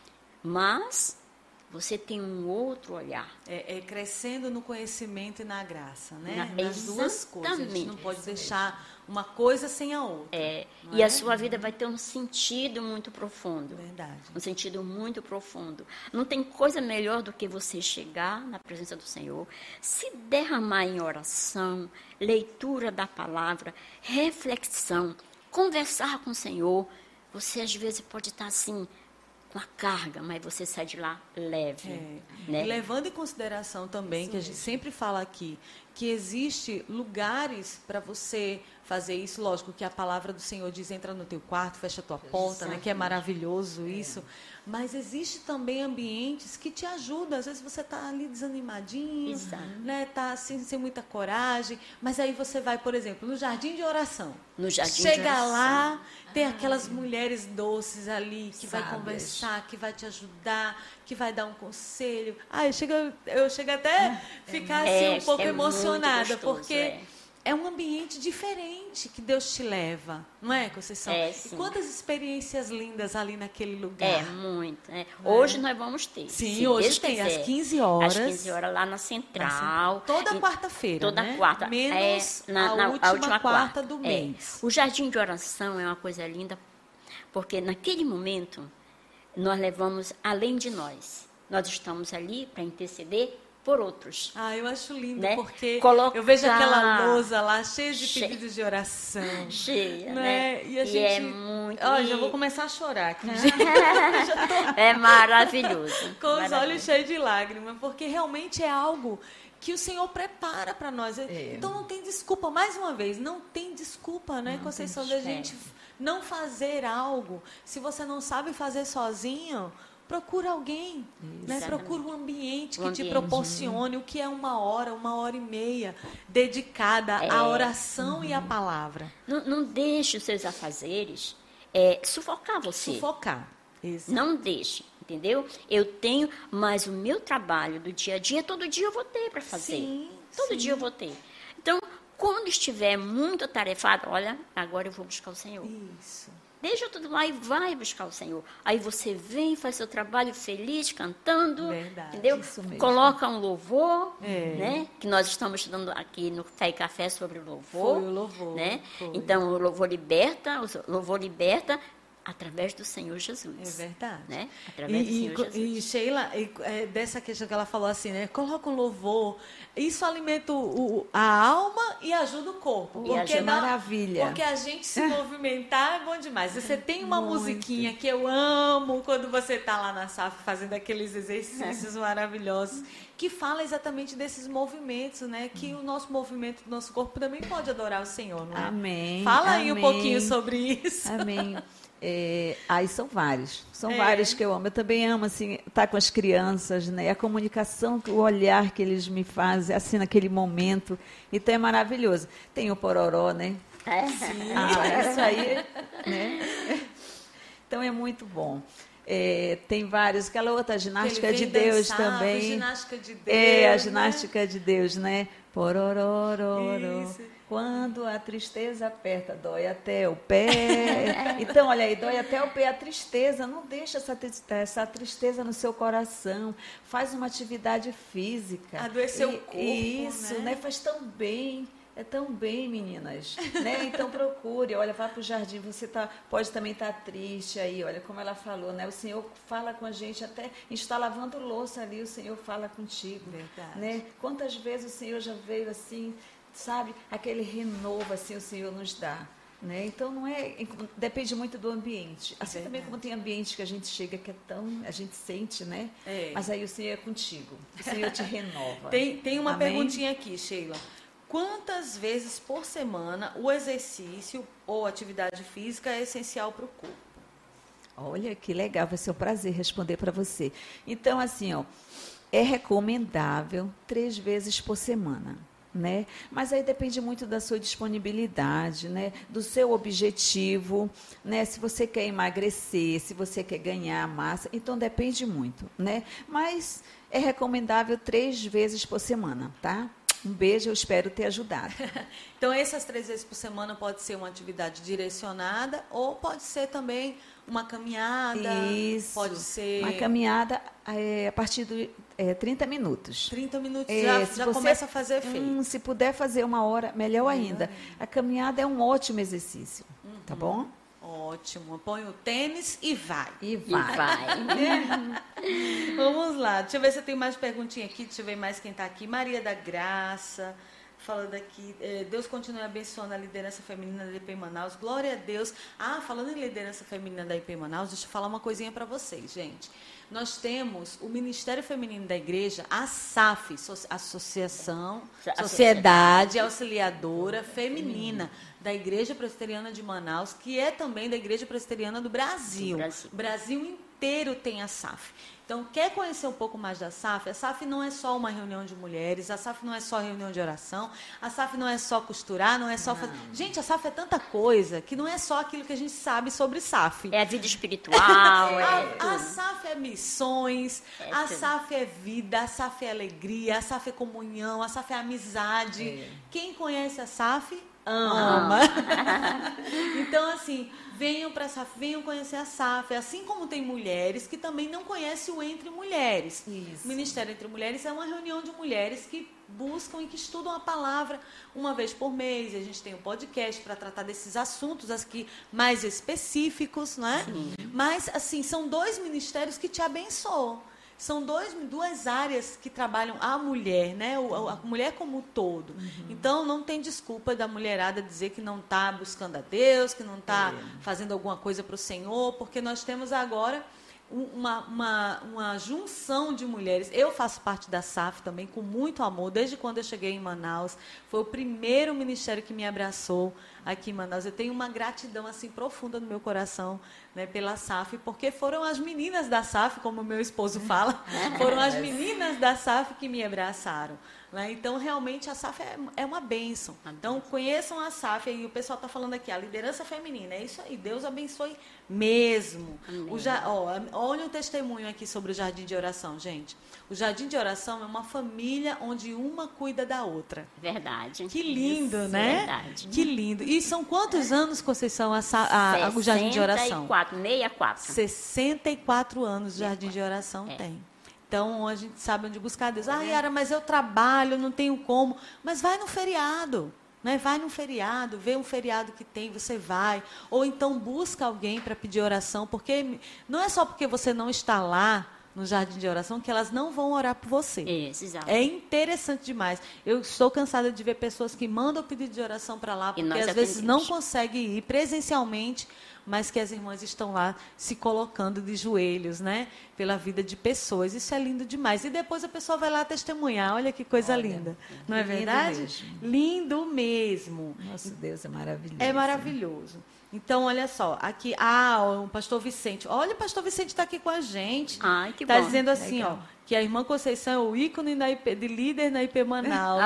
[SPEAKER 3] Mas você tem um outro olhar.
[SPEAKER 1] Crescendo no conhecimento e na graça, né? Nas duas coisas. A gente não pode deixar uma coisa sem a outra.
[SPEAKER 3] E a sua vida vai ter um sentido muito profundo.
[SPEAKER 1] Verdade.
[SPEAKER 3] Um sentido muito profundo. Não tem coisa melhor do que você chegar na presença do Senhor, se derramar em oração, leitura da palavra, reflexão, conversar com o Senhor. Você, às vezes, pode estar assim, com a carga, mas você sai de lá leve. Né?
[SPEAKER 1] E levando em consideração também, que a gente sempre fala aqui, que existe lugares para você fazer isso. Lógico que a palavra do Senhor diz, entra no teu quarto, fecha a tua porta, né? Que é maravilhoso isso. Mas existe também ambientes que te ajudam. Às vezes você está ali desanimadinho, né? Tá assim, sem muita coragem. Mas aí você vai, por exemplo, no jardim de oração. Chega lá, tem aquelas mulheres doces ali que vai conversar, que vai te ajudar, que vai dar um conselho. Eu chego até a ficar assim, um pouco emocionada,
[SPEAKER 3] gostoso,
[SPEAKER 1] porque é um ambiente diferente que Deus te leva, não é, Conceição? E quantas experiências lindas ali naquele lugar.
[SPEAKER 3] Muito. Hoje nós vamos ter.
[SPEAKER 1] Sim, hoje tem, às 15 horas.
[SPEAKER 3] Às 15 horas lá na Central.
[SPEAKER 1] Toda quarta-feira,
[SPEAKER 3] Toda quarta.
[SPEAKER 1] Menos a última quarta do mês.
[SPEAKER 3] O jardim de oração é uma coisa linda, porque naquele momento nós levamos além de nós. Nós estamos ali para interceder por outros.
[SPEAKER 1] Eu acho lindo,
[SPEAKER 3] né?
[SPEAKER 1] porque eu vejo aquela lousa lá cheia de pedidos de oração.
[SPEAKER 3] Cheia,
[SPEAKER 1] né? E a gente...
[SPEAKER 3] é muito...
[SPEAKER 1] já vou começar a chorar aqui.
[SPEAKER 3] É maravilhoso.
[SPEAKER 1] Com os olhos cheios de lágrimas, porque realmente é algo que o Senhor prepara para nós. Então não tem desculpa, mais uma vez, não tem desculpa, né, Conceição, da gente não fazer algo. Se você não sabe fazer sozinho, procura alguém, né? Procura um ambiente que te proporcione o que é 1 hora, 1h30 dedicada à oração e à palavra.
[SPEAKER 3] Não deixe os seus afazeres sufocar você.
[SPEAKER 1] Exato.
[SPEAKER 3] Não deixe, entendeu? Eu tenho, mas o meu trabalho do dia a dia, todo dia eu vou ter para fazer. Todo dia eu vou ter. Então, quando estiver muito atarefado, olha, agora eu vou buscar o Senhor.
[SPEAKER 1] Isso.
[SPEAKER 3] deixa tudo lá e vai buscar o Senhor. Aí você vem, faz seu trabalho feliz, cantando,
[SPEAKER 1] Verdade,
[SPEAKER 3] entendeu?
[SPEAKER 2] isso mesmo.
[SPEAKER 3] Coloca um louvor, né? Que nós estamos estudando aqui no Fé e Café sobre o louvor.
[SPEAKER 1] Foi o louvor,
[SPEAKER 3] Né?
[SPEAKER 1] foi.
[SPEAKER 3] Então, o louvor liberta através do Senhor Jesus.
[SPEAKER 1] É verdade.
[SPEAKER 3] Né? Através do Senhor Jesus.
[SPEAKER 1] E Sheila, dessa questão que ela falou assim, né? Coloca um louvor, isso alimenta a alma e ajuda o corpo.
[SPEAKER 3] E ajuda.
[SPEAKER 2] Maravilha.
[SPEAKER 1] Porque a gente se movimentar é bom demais. Você tem uma
[SPEAKER 2] Muito.
[SPEAKER 1] musiquinha que eu amo quando você está lá na SAF fazendo aqueles exercícios maravilhosos, que fala exatamente desses movimentos, né? Que o nosso movimento do nosso corpo também pode adorar o Senhor, não é?
[SPEAKER 2] Amém.
[SPEAKER 1] Fala aí um
[SPEAKER 2] amém.
[SPEAKER 1] pouquinho sobre isso.
[SPEAKER 2] Amém. Aí são vários vários que eu amo. Eu também amo, assim, estar com as crianças, né? A comunicação, o olhar que eles me fazem, assim, naquele momento. Então, é maravilhoso. Tem o pororó, né? Isso aí, né? Então, é muito bom. Tem vários. Aquela outra ginástica de Deus também.
[SPEAKER 1] Ginástica de Deus.
[SPEAKER 2] A ginástica de Deus, né? Pororororó.
[SPEAKER 1] Isso.
[SPEAKER 2] Quando a tristeza aperta, dói até o pé. Então, olha aí, dói até o pé a tristeza. Não deixa essa tristeza no seu coração. Faz uma atividade física.
[SPEAKER 1] Adoecer o corpo,
[SPEAKER 2] isso,
[SPEAKER 1] né?
[SPEAKER 2] Faz tão bem. É tão bem, meninas. Né? Então, procure. Olha, vá para o jardim. Você pode também estar triste aí. Olha, como ela falou, né? O Senhor fala com a gente. Até está lavando louça ali, o Senhor fala contigo.
[SPEAKER 1] Verdade.
[SPEAKER 2] Né? Quantas vezes o Senhor já veio assim... Sabe, aquele renovo assim o Senhor nos dá, né? Então não depende muito do ambiente. Assim também como tem ambiente que a gente chega que a gente sente, né? Mas aí o Senhor é contigo, o Senhor te renova.
[SPEAKER 1] Tem uma
[SPEAKER 2] Amém?
[SPEAKER 1] perguntinha aqui, Sheila. Quantas vezes por semana o exercício ou atividade física é essencial para o corpo?
[SPEAKER 2] Olha que legal, vai ser um prazer responder para você. Então assim, é recomendável 3 vezes por semana. Né? Mas aí depende muito da sua disponibilidade, né? Do seu objetivo, né? Se você quer emagrecer, se você quer ganhar massa, então depende muito, né? Mas é recomendável 3 vezes por semana, tá? Um beijo, eu espero ter ajudado.
[SPEAKER 1] Então, essas 3 vezes por semana pode ser uma atividade direcionada ou pode ser também uma caminhada.
[SPEAKER 2] Isso.
[SPEAKER 1] Pode ser...
[SPEAKER 2] Uma caminhada a partir de 30 minutos.
[SPEAKER 1] 30 minutos já
[SPEAKER 2] você,
[SPEAKER 1] começa a fazer efeito.
[SPEAKER 2] Se puder fazer 1 hora, melhor ainda. A caminhada é um ótimo exercício, tá bom?
[SPEAKER 1] Ótimo. Põe o tênis e vai.
[SPEAKER 2] E vai.
[SPEAKER 1] Vamos lá. Deixa eu ver se eu tenho mais perguntinha aqui. Deixa eu ver mais quem está aqui. Maria da Graça, falando aqui. Deus continue abençoando a liderança feminina da IP Manaus. Glória a Deus. Falando em liderança feminina da IP Manaus, deixa eu falar uma coisinha para vocês, gente. Nós temos o Ministério Feminino da Igreja, a SAF, Associação, Sociedade Auxiliadora Feminina da Igreja Presbiteriana de Manaus, que é também da Igreja Presbiteriana do Brasil. O Brasil inteiro tem a SAF. Então, quer conhecer um pouco mais da SAF? A SAF não é só uma reunião de mulheres, a SAF não é só reunião de oração, a SAF não é só costurar, não é só fazer... Gente, a SAF é tanta coisa que não é só aquilo que a gente sabe sobre SAF.
[SPEAKER 3] É a vida espiritual,
[SPEAKER 1] A SAF é missões, a SAF é vida, a SAF é alegria, a SAF é comunhão, a SAF é amizade. Quem conhece a SAF... ama. Então, assim, venham para a SAF, venham conhecer a SAF. Assim como tem mulheres que também não conhecem o Entre Mulheres.
[SPEAKER 2] Isso.
[SPEAKER 1] O Ministério Entre Mulheres é uma reunião de mulheres que buscam e que estudam a palavra uma vez por mês. A gente tem um podcast para tratar desses assuntos aqui mais específicos, né? Sim. Mas, assim, são 2 ministérios que te abençoam. São 2 áreas que trabalham a mulher, né? A mulher como um todo. Então, não tem desculpa da mulherada dizer que não está buscando a Deus, que não está fazendo alguma coisa para o Senhor, porque nós temos agora uma junção de mulheres. Eu faço parte da SAF também, com muito amor, desde quando eu cheguei em Manaus. Foi o primeiro ministério que me abraçou aqui em Manaus. Eu tenho uma gratidão assim profunda no meu coração, né, pela SAF, porque foram as meninas da SAF, como o meu esposo fala, foram as meninas da SAF que me abraçaram. Né? Então, realmente, a SAF é uma bênção. Então, conheçam a SAF. E o pessoal está falando aqui, a liderança feminina. É isso aí. Deus abençoe mesmo. Olha um testemunho aqui sobre o Jardim de Oração, gente. O Jardim de Oração é uma família onde uma cuida da outra.
[SPEAKER 3] Verdade.
[SPEAKER 1] Que lindo, né?
[SPEAKER 3] Verdade.
[SPEAKER 1] Que lindo. E são quantos anos, Conceição, o Jardim de Oração?
[SPEAKER 3] 64.
[SPEAKER 1] 64 anos o Jardim de Oração tem. Então, a gente sabe onde buscar Deus. Yara, mas eu trabalho, não tenho como. Mas vai no feriado. Né? Vai num feriado, vê um feriado que tem, você vai. Ou então busca alguém para pedir oração, porque não é só porque você não está lá no Jardim de Oração que elas não vão orar por você.
[SPEAKER 3] Isso, exato.
[SPEAKER 1] É interessante demais. Eu estou cansada de ver pessoas que mandam pedido de oração para lá, porque às vezes não conseguem ir presencialmente, mas que as irmãs estão lá se colocando de joelhos, né, pela vida de pessoas. Isso é lindo demais. E depois a pessoa vai lá testemunhar. Olha que coisa linda. Não é verdade?
[SPEAKER 2] Mesmo.
[SPEAKER 1] Lindo mesmo.
[SPEAKER 2] Nosso Deus é maravilhoso.
[SPEAKER 1] É maravilhoso. Então, olha só, aqui, o pastor Vicente. Olha, o pastor Vicente está aqui com a gente.
[SPEAKER 3] Ai, que
[SPEAKER 1] bom. Está dizendo assim,
[SPEAKER 2] legal.
[SPEAKER 1] que a irmã Conceição é o ícone de líder na IP Manaus.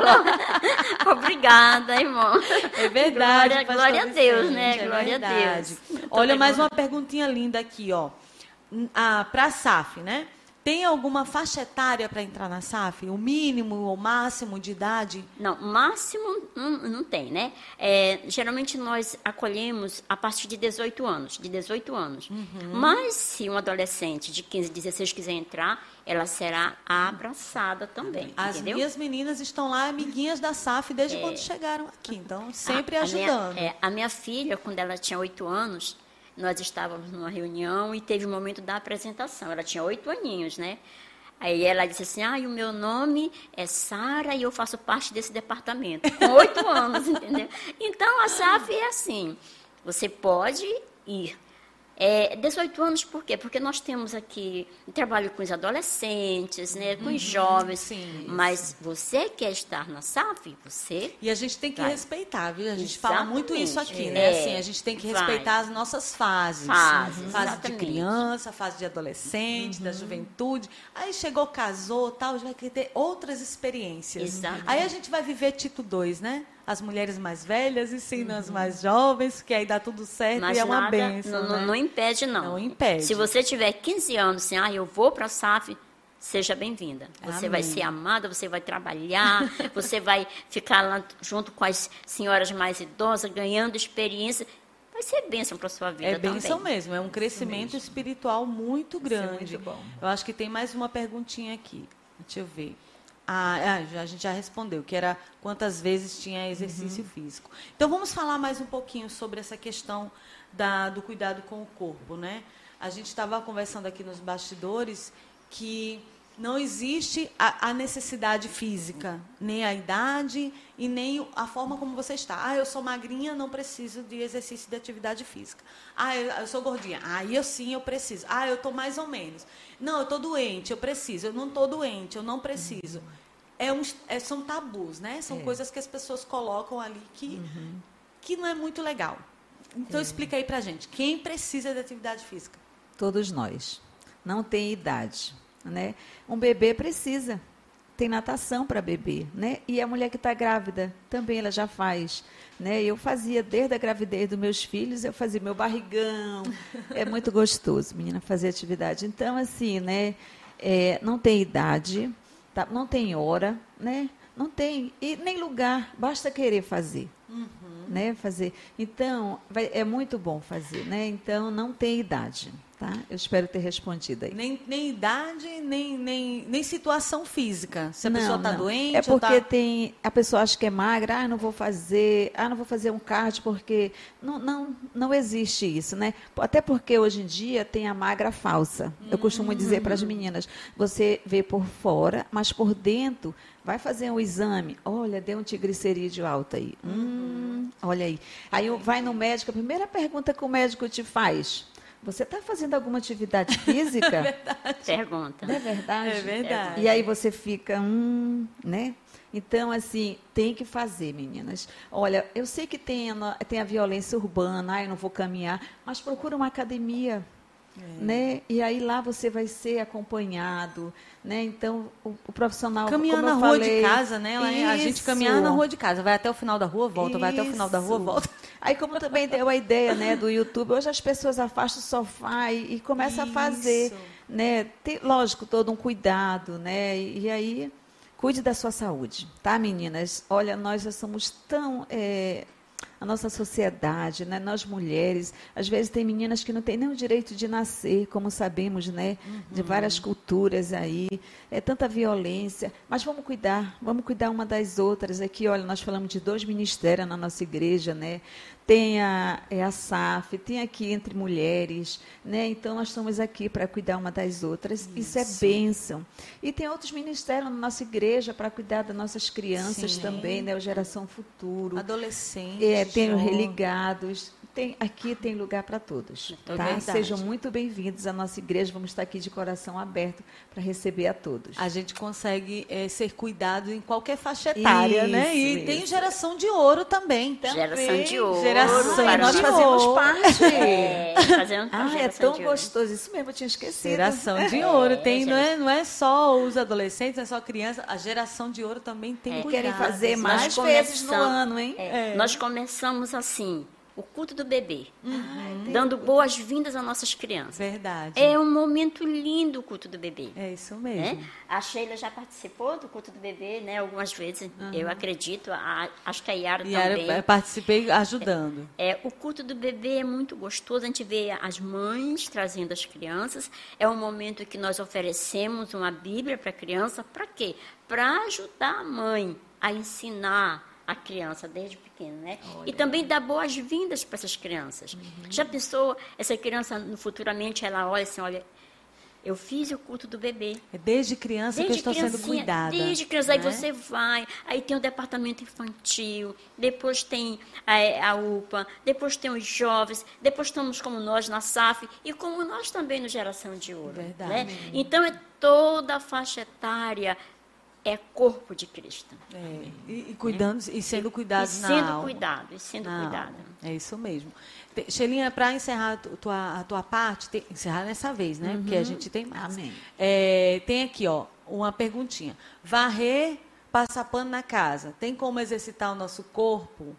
[SPEAKER 3] Obrigada, irmão.
[SPEAKER 1] É verdade.
[SPEAKER 3] Glória a Deus, né? Glória a Deus.
[SPEAKER 1] Olha, mais uma perguntinha linda aqui, ó. Para a SAF, né? Tem alguma faixa etária para entrar na SAF? O mínimo ou máximo de idade?
[SPEAKER 3] Não, máximo não tem, né? Geralmente nós acolhemos a partir de 18 anos. Mas se um adolescente de 15, 16 quiser entrar, ela será abraçada também, entendeu?
[SPEAKER 1] As minhas meninas estão lá, amiguinhas da SAF, desde quando chegaram aqui. Então, sempre ajudando.
[SPEAKER 3] A minha filha, quando ela tinha 8 anos... Nós estávamos numa reunião e teve o momento da apresentação. Ela tinha 8 aninhos, né? Aí ela disse assim, o meu nome é Sara e eu faço parte desse departamento. Com 8 anos, entendeu? Então, a SAF é assim, você pode ir. 18 anos, por quê? Porque nós temos aqui trabalho com os adolescentes, né, com os jovens,
[SPEAKER 1] sim,
[SPEAKER 3] mas você quer estar na SAF, você...
[SPEAKER 1] E a gente tem que respeitar, viu? A gente
[SPEAKER 3] Exatamente.
[SPEAKER 1] fala muito isso aqui, né? Assim, a gente tem que respeitar as nossas fases. Fase de criança, fase de adolescente, da juventude. Aí chegou, casou, tal, já vai querer ter outras experiências.
[SPEAKER 3] Exatamente.
[SPEAKER 1] Aí a gente vai viver Tito 2, né? As mulheres mais velhas ensinam as mais jovens, que aí dá tudo certo. Mas e é uma bênção.
[SPEAKER 3] Não impede, não.
[SPEAKER 1] Não impede.
[SPEAKER 3] Se você tiver 15 anos, assim, eu vou para a SAF, seja bem-vinda. Você vai ser amada, você vai trabalhar, você vai ficar lá junto com as senhoras mais idosas, ganhando experiência. Vai ser bênção para a sua vida também.
[SPEAKER 1] É bênção mesmo, é um crescimento espiritual muito grande.
[SPEAKER 2] Muito bom.
[SPEAKER 1] Eu acho que tem mais uma perguntinha aqui. Deixa eu ver. A gente já respondeu, que era quantas vezes tinha exercício físico. Então, vamos falar mais um pouquinho sobre essa questão do cuidado com o corpo, né? A gente estava conversando aqui nos bastidores que não existe a necessidade física, nem a idade e nem a forma como você está. Eu sou magrinha, não preciso de exercício de atividade física. Eu sou gordinha. Eu preciso. Eu estou mais ou menos. Não, eu estou doente, eu preciso. Eu não estou doente, eu não preciso. São tabus, né? São coisas que as pessoas colocam ali que não é muito legal. Então, explica aí pra gente. Quem precisa de atividade física?
[SPEAKER 2] Todos nós. Não tem idade, né? Um bebê precisa. Tem natação para bebê, né? E a mulher que está grávida, também ela já faz, né? Eu fazia, desde a gravidez dos meus filhos, eu fazia meu barrigão. É muito gostoso, menina, fazer atividade. Então, assim, né? Não tem idade, tá? Não tem hora, né? Não tem, e nem lugar, basta querer fazer. Né, fazer. Então, é muito bom fazer, né? Então, não tem idade, tá? Eu espero ter respondido aí.
[SPEAKER 1] Nem idade, nem situação física. Se a pessoa está doente...
[SPEAKER 2] É porque a pessoa acha que é magra, não vou fazer um cardio, porque não existe isso, né? Até porque hoje em dia tem a magra falsa. Eu costumo dizer para as meninas, você vê por fora, mas por dentro... Vai fazer um exame, olha, deu um triglicerídeo alto aí. Olha aí. Aí vai no médico, a primeira pergunta que o médico te faz, você está fazendo alguma atividade física?
[SPEAKER 1] É verdade.
[SPEAKER 3] Pergunta.
[SPEAKER 2] Não é verdade?
[SPEAKER 1] É verdade.
[SPEAKER 2] E aí você fica, né? Então, assim, tem que fazer, meninas. Olha, eu sei que tem a violência urbana, eu não vou caminhar, mas procura uma academia. Né? E aí lá você vai ser acompanhado, né? Então o profissional
[SPEAKER 1] caminhar na rua de casa, né? A gente caminhar na rua de casa, vai até o final da rua, volta, vai até o final da rua, volta.
[SPEAKER 2] Aí como também deu a ideia, né, do YouTube, hoje as pessoas afastam o sofá e começam a fazer, né? Tem, lógico, todo um cuidado, né? E aí cuide da sua saúde, tá, meninas? Olha, nós já somos tão a nossa sociedade, né? Nós mulheres, às vezes tem meninas que não têm nem o direito de nascer, como sabemos, né? De várias culturas aí, é tanta violência, mas vamos cuidar uma das outras. Aqui, olha, nós falamos de 2 ministérios na nossa igreja, né? Tem a SAF, tem aqui Entre Mulheres, né? Então nós estamos aqui para cuidar uma das outras. Isso é bênção. E tem outros ministérios na nossa igreja para cuidar das nossas crianças também, né? O Geração Futuro.
[SPEAKER 1] Adolescentes.
[SPEAKER 2] Tem os religados. Aqui tem lugar para todos. Tá? Sejam muito bem-vindos à nossa igreja. Vamos estar aqui de coração aberto para receber a todos.
[SPEAKER 1] A gente consegue ser cuidado em qualquer faixa etária, né? E tem Geração de Ouro também.
[SPEAKER 3] Geração de Ouro.
[SPEAKER 2] Nós fazemos parte.
[SPEAKER 3] É
[SPEAKER 2] tão gostoso. Isso mesmo, eu tinha esquecido.
[SPEAKER 1] Geração de Ouro. Tem, não é só os adolescentes, não é só crianças. A Geração de Ouro também tem cuidado.
[SPEAKER 2] Querem fazer mais vezes no ano, hein?
[SPEAKER 3] Nós começamos assim, o culto do bebê, dando boas-vindas às nossas crianças.
[SPEAKER 1] Verdade.
[SPEAKER 3] É um momento lindo o culto do bebê.
[SPEAKER 1] É isso mesmo.
[SPEAKER 3] Né? A Sheila já participou do culto do bebê, né? Algumas vezes, eu acredito. Acho que a Yara também.
[SPEAKER 1] Participei ajudando.
[SPEAKER 3] O culto do bebê é muito gostoso. A gente vê as mães trazendo as crianças. É um momento que nós oferecemos uma Bíblia para a criança. Para quê? Para ajudar a mãe a ensinar a criança desde pequena, né? E também dar boas-vindas para essas crianças. Já pensou, essa criança, futuramente, ela olha assim, olha, eu fiz o culto do bebê.
[SPEAKER 1] É desde criança que eu estou sendo cuidada.
[SPEAKER 3] Desde criança, aí você vai, aí tem o departamento infantil, depois tem a UPA, depois tem os jovens, depois estamos como nós na SAF, e como nós também no Geração de Ouro.
[SPEAKER 1] Verdade.
[SPEAKER 3] Né? Então, é toda a faixa etária, é corpo de Cristo.
[SPEAKER 1] E cuidando, e sendo cuidados na alma.
[SPEAKER 3] E sendo cuidado.
[SPEAKER 1] É isso mesmo. Sheilinha, para encerrar a tua parte, encerrar nessa vez, né? Porque a gente tem mais.
[SPEAKER 2] Amém.
[SPEAKER 1] Tem aqui, ó, uma perguntinha. Varrer, passar pano na casa. Tem como exercitar o nosso corpo?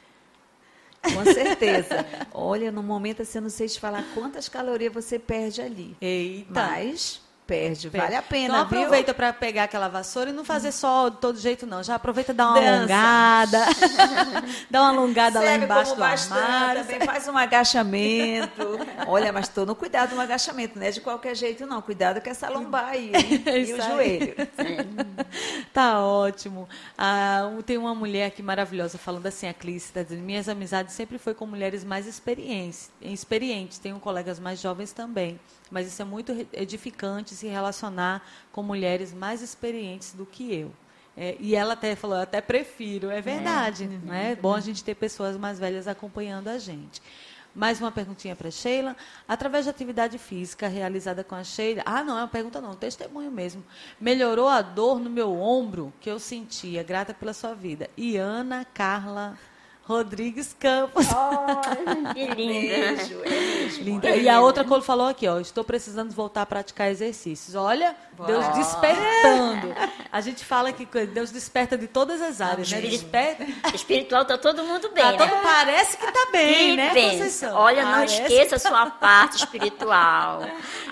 [SPEAKER 2] Com certeza. Olha, no momento assim, eu não sei te falar quantas calorias você perde ali.
[SPEAKER 1] Eita.
[SPEAKER 2] Mas perde, vale a pena,
[SPEAKER 1] então aproveita para pegar aquela vassoura e não fazer só de todo jeito, não. Já aproveita e dá uma alongada. Dá uma alongada lá embaixo do armário.
[SPEAKER 2] Também faz um agachamento. Olha, mas todo cuidado no agachamento, não é de qualquer jeito, não. Cuidado com essa lombar aí, hein? E o joelho.
[SPEAKER 1] Tá ótimo. Tem uma mulher aqui maravilhosa falando assim, a Clícia, está dizendo, minhas amizades sempre foi com mulheres mais experientes. Tenho colegas mais jovens também. Mas isso é muito edificante se relacionar com mulheres mais experientes do que eu. E ela até falou, eu até prefiro. É verdade. Não é bom a gente ter pessoas mais velhas acompanhando a gente. Mais uma perguntinha para a Sheila. Através de atividade física realizada com a Sheila... não é uma pergunta não, um testemunho mesmo. Melhorou a dor no meu ombro que eu sentia. Grata pela sua vida. Ana Carla Rodrigues Campos.
[SPEAKER 3] Que linda.
[SPEAKER 1] Linda. E a outra que falou aqui, ó, estou precisando voltar a praticar exercícios. Olha, Deus despertando. A gente fala que Deus desperta de todas as áreas, né?
[SPEAKER 3] Espiritual tá todo mundo bem,
[SPEAKER 1] Parece que tá bem, né, Conceição?
[SPEAKER 3] Olha, não esqueça a sua parte espiritual.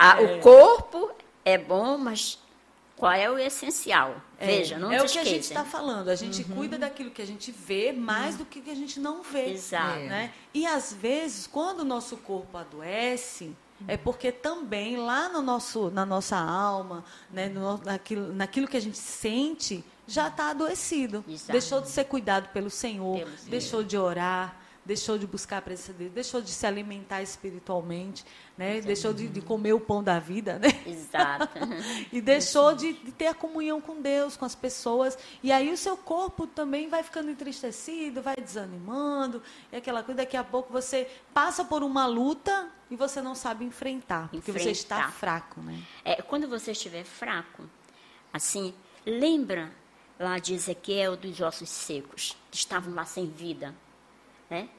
[SPEAKER 3] O corpo é bom, mas qual é o essencial? Veja, não se esqueça.
[SPEAKER 1] É o que a gente está falando. A gente cuida daquilo que a gente vê mais do que a gente não vê.
[SPEAKER 3] Exato.
[SPEAKER 1] Né? E, às vezes, quando o nosso corpo adoece, é porque também lá na nossa alma, né, naquilo que a gente sente, já está adoecido.
[SPEAKER 3] Exato.
[SPEAKER 1] Deixou de ser cuidado pelo Senhor, deixou de orar, deixou de buscar a presença dele, deixou de se alimentar espiritualmente, né? Deixou de comer o pão da vida, né?
[SPEAKER 3] Exato.
[SPEAKER 1] E deixou de ter a comunhão com Deus, com as pessoas. E aí o seu corpo também vai ficando entristecido, vai desanimando, e aquela coisa, daqui a pouco você passa por uma luta e você não sabe enfrentar, porque você está fraco, né?
[SPEAKER 3] Quando você estiver fraco, assim, lembra lá de Ezequiel dos ossos secos, que estavam lá sem vida. Né?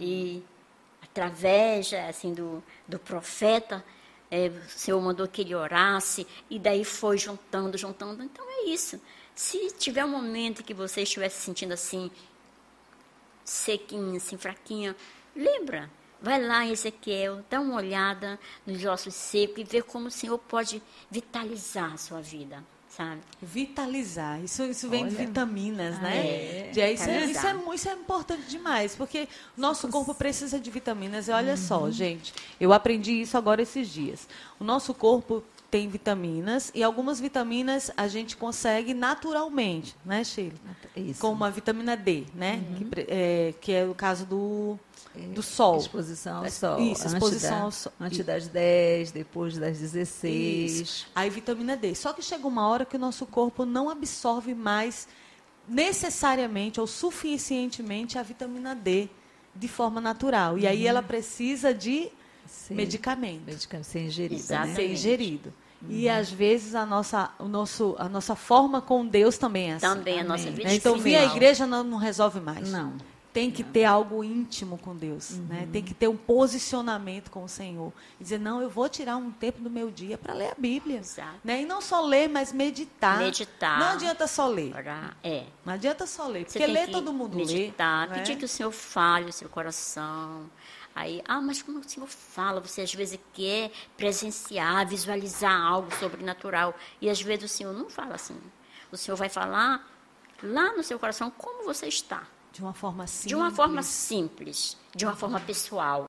[SPEAKER 3] E através assim, do profeta, o Senhor mandou que ele orasse, e daí foi juntando. Então é isso. Se tiver um momento que você estiver se sentindo assim, sequinha, assim, fraquinha, lembra, vai lá em Ezequiel, dá uma olhada nos ossos secos e vê como o Senhor pode vitalizar a sua vida. sabe?
[SPEAKER 1] Vitalizar. Isso vem de vitaminas, né? Isso é importante demais, porque o nosso corpo precisa de vitaminas. E olha só, gente, eu aprendi isso agora esses dias. O nosso corpo tem vitaminas, e algumas vitaminas a gente consegue naturalmente, né, Sheila?
[SPEAKER 2] Isso.
[SPEAKER 1] Como a vitamina D, né? Que é o caso do sol.
[SPEAKER 2] Exposição ao sol.
[SPEAKER 1] Isso, exposição ao sol.
[SPEAKER 2] Antes das 10, depois das 16.
[SPEAKER 1] Isso. Aí vitamina D. Só que chega uma hora que o nosso corpo não absorve mais necessariamente ou suficientemente a vitamina D de forma natural. E aí ela precisa de medicamento.
[SPEAKER 2] Medicamento ser ingerido.
[SPEAKER 3] Exatamente.
[SPEAKER 1] Ser ingerido. E às vezes a nossa forma com Deus também é assim.
[SPEAKER 3] Também a nossa vida
[SPEAKER 1] Então, vir à igreja não resolve mais.
[SPEAKER 2] Não.
[SPEAKER 1] Tem que ter algo íntimo com Deus. Né? Tem que ter um posicionamento com o Senhor. E dizer, não, eu vou tirar um tempo do meu dia para ler a Bíblia.
[SPEAKER 3] Exato.
[SPEAKER 1] Né? E não só ler, mas meditar.
[SPEAKER 3] Meditar.
[SPEAKER 1] Não adianta só ler. Não adianta só ler. Porque ler todo mundo
[SPEAKER 3] meditar,
[SPEAKER 1] lê.
[SPEAKER 3] Pedir que o Senhor fale o seu coração. Aí, mas como o Senhor fala? Você às vezes quer presenciar, visualizar algo sobrenatural. E às vezes o Senhor não fala assim. O Senhor vai falar lá no seu coração como você está.
[SPEAKER 1] De uma forma simples.
[SPEAKER 3] De uma forma simples, de uma forma pessoal.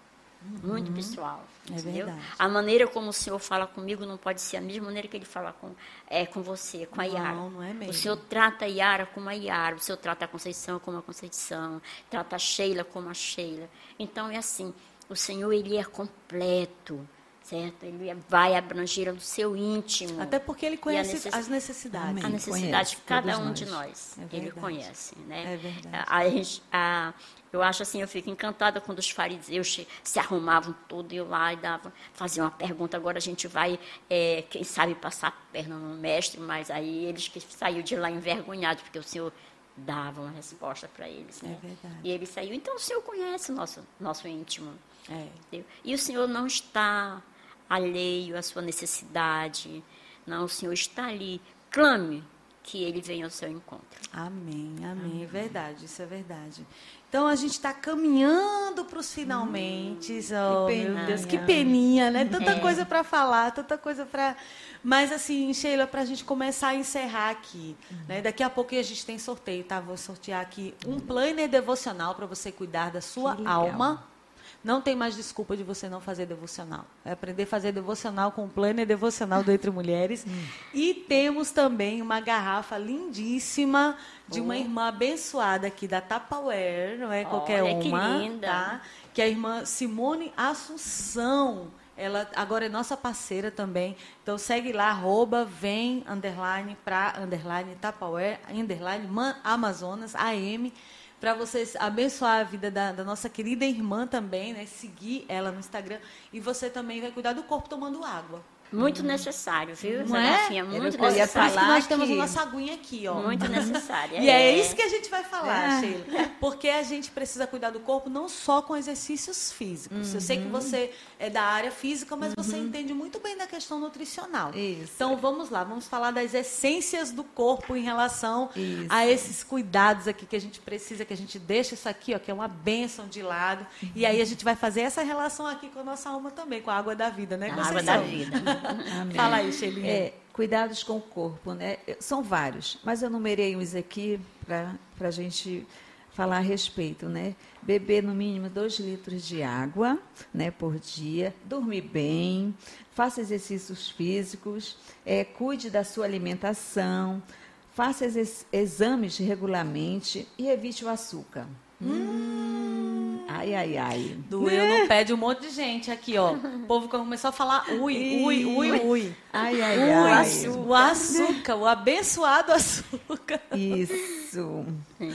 [SPEAKER 3] Muito pessoal. Entendeu?
[SPEAKER 1] Verdade.
[SPEAKER 3] A maneira como o Senhor fala comigo não pode ser a mesma maneira que Ele fala com você, com a Yara.
[SPEAKER 1] Não é mesmo.
[SPEAKER 3] O Senhor trata a Yara como a Yara, o Senhor trata a Conceição como a Conceição, trata a Sheila como a Sheila. Então, é assim, o Senhor, Ele é completo, certo? Ele vai abranger o seu íntimo.
[SPEAKER 1] Até porque Ele conhece as necessidades.
[SPEAKER 2] Amém.
[SPEAKER 3] A necessidade de cada
[SPEAKER 2] todos
[SPEAKER 3] um
[SPEAKER 2] nós.
[SPEAKER 3] de nós. Ele conhece, né?
[SPEAKER 1] É verdade.
[SPEAKER 3] Eu acho assim, eu fico encantada quando os fariseus se arrumavam tudo e eu lá e fazia uma pergunta. Agora a gente vai, quem sabe, passar a perna no mestre, mas aí eles que saíram de lá envergonhados, porque o Senhor dava uma resposta para eles. Né?
[SPEAKER 1] É verdade.
[SPEAKER 3] E ele saiu. Então o Senhor conhece o nosso íntimo.
[SPEAKER 1] É.
[SPEAKER 3] E o Senhor não está alheio à sua necessidade. Não, o Senhor está ali. Clame que Ele venha ao seu encontro.
[SPEAKER 1] Amém, amém. É verdade, isso é verdade. Então, a gente está caminhando para os finalmente. Oh, meu Deus, que peninha, né? Tanta coisa para falar, tanta coisa para... Mas, assim, Sheila, para a gente começar a encerrar aqui, né? Daqui a pouco a gente tem sorteio, tá? Vou sortear aqui um planner devocional para você cuidar da sua alma. Não tem mais desculpa de você não fazer devocional. É aprender a fazer devocional com o planner devocional do Entre Mulheres. E temos também uma garrafa lindíssima de uma irmã abençoada aqui da Tupperware, não é qualquer uma.
[SPEAKER 3] Que linda.
[SPEAKER 1] Tá? Que é a irmã Simone Assunção. Ela agora é nossa parceira também. Então segue lá, @vem _Tupperware Amazonas AM. Para vocês abençoar a vida da nossa querida irmã também, né? Seguir ela no Instagram. E você também vai cuidar do corpo tomando água.
[SPEAKER 3] Muito necessário, viu?
[SPEAKER 1] Não é?
[SPEAKER 3] Muito
[SPEAKER 1] Olha,
[SPEAKER 3] necessário.
[SPEAKER 1] por isso que nós temos a nossa aguinha aqui, ó.
[SPEAKER 3] Muito necessária.
[SPEAKER 1] E é isso que a gente vai falar, Sheila. Porque a gente precisa cuidar do corpo não só com exercícios físicos. Eu sei que você é da área física, mas você entende muito bem da questão nutricional.
[SPEAKER 2] Isso.
[SPEAKER 1] Então, vamos lá. Vamos falar das essências do corpo em relação a esses cuidados aqui que a gente precisa, que a gente deixa isso aqui, ó, que é uma bênção de lado. E aí a gente vai fazer essa relação aqui com a nossa alma também, com a água da vida, né?
[SPEAKER 3] A água da vida.
[SPEAKER 2] Amém.
[SPEAKER 1] Fala aí, Sheilinha.
[SPEAKER 2] Cuidados com o corpo, né? São vários, mas eu numerei uns aqui para a gente falar a respeito, né? Beber no mínimo 2 litros de água, né, por dia, dormir bem, faça exercícios físicos, cuide da sua alimentação, faça exames regularmente e evite o açúcar. Ai, ai, ai.
[SPEAKER 1] Doeu no pé de um monte de gente aqui, ó. O povo começou a falar ui.
[SPEAKER 2] Ai, ai, ai.
[SPEAKER 1] O açúcar, o abençoado açúcar.
[SPEAKER 2] Isso.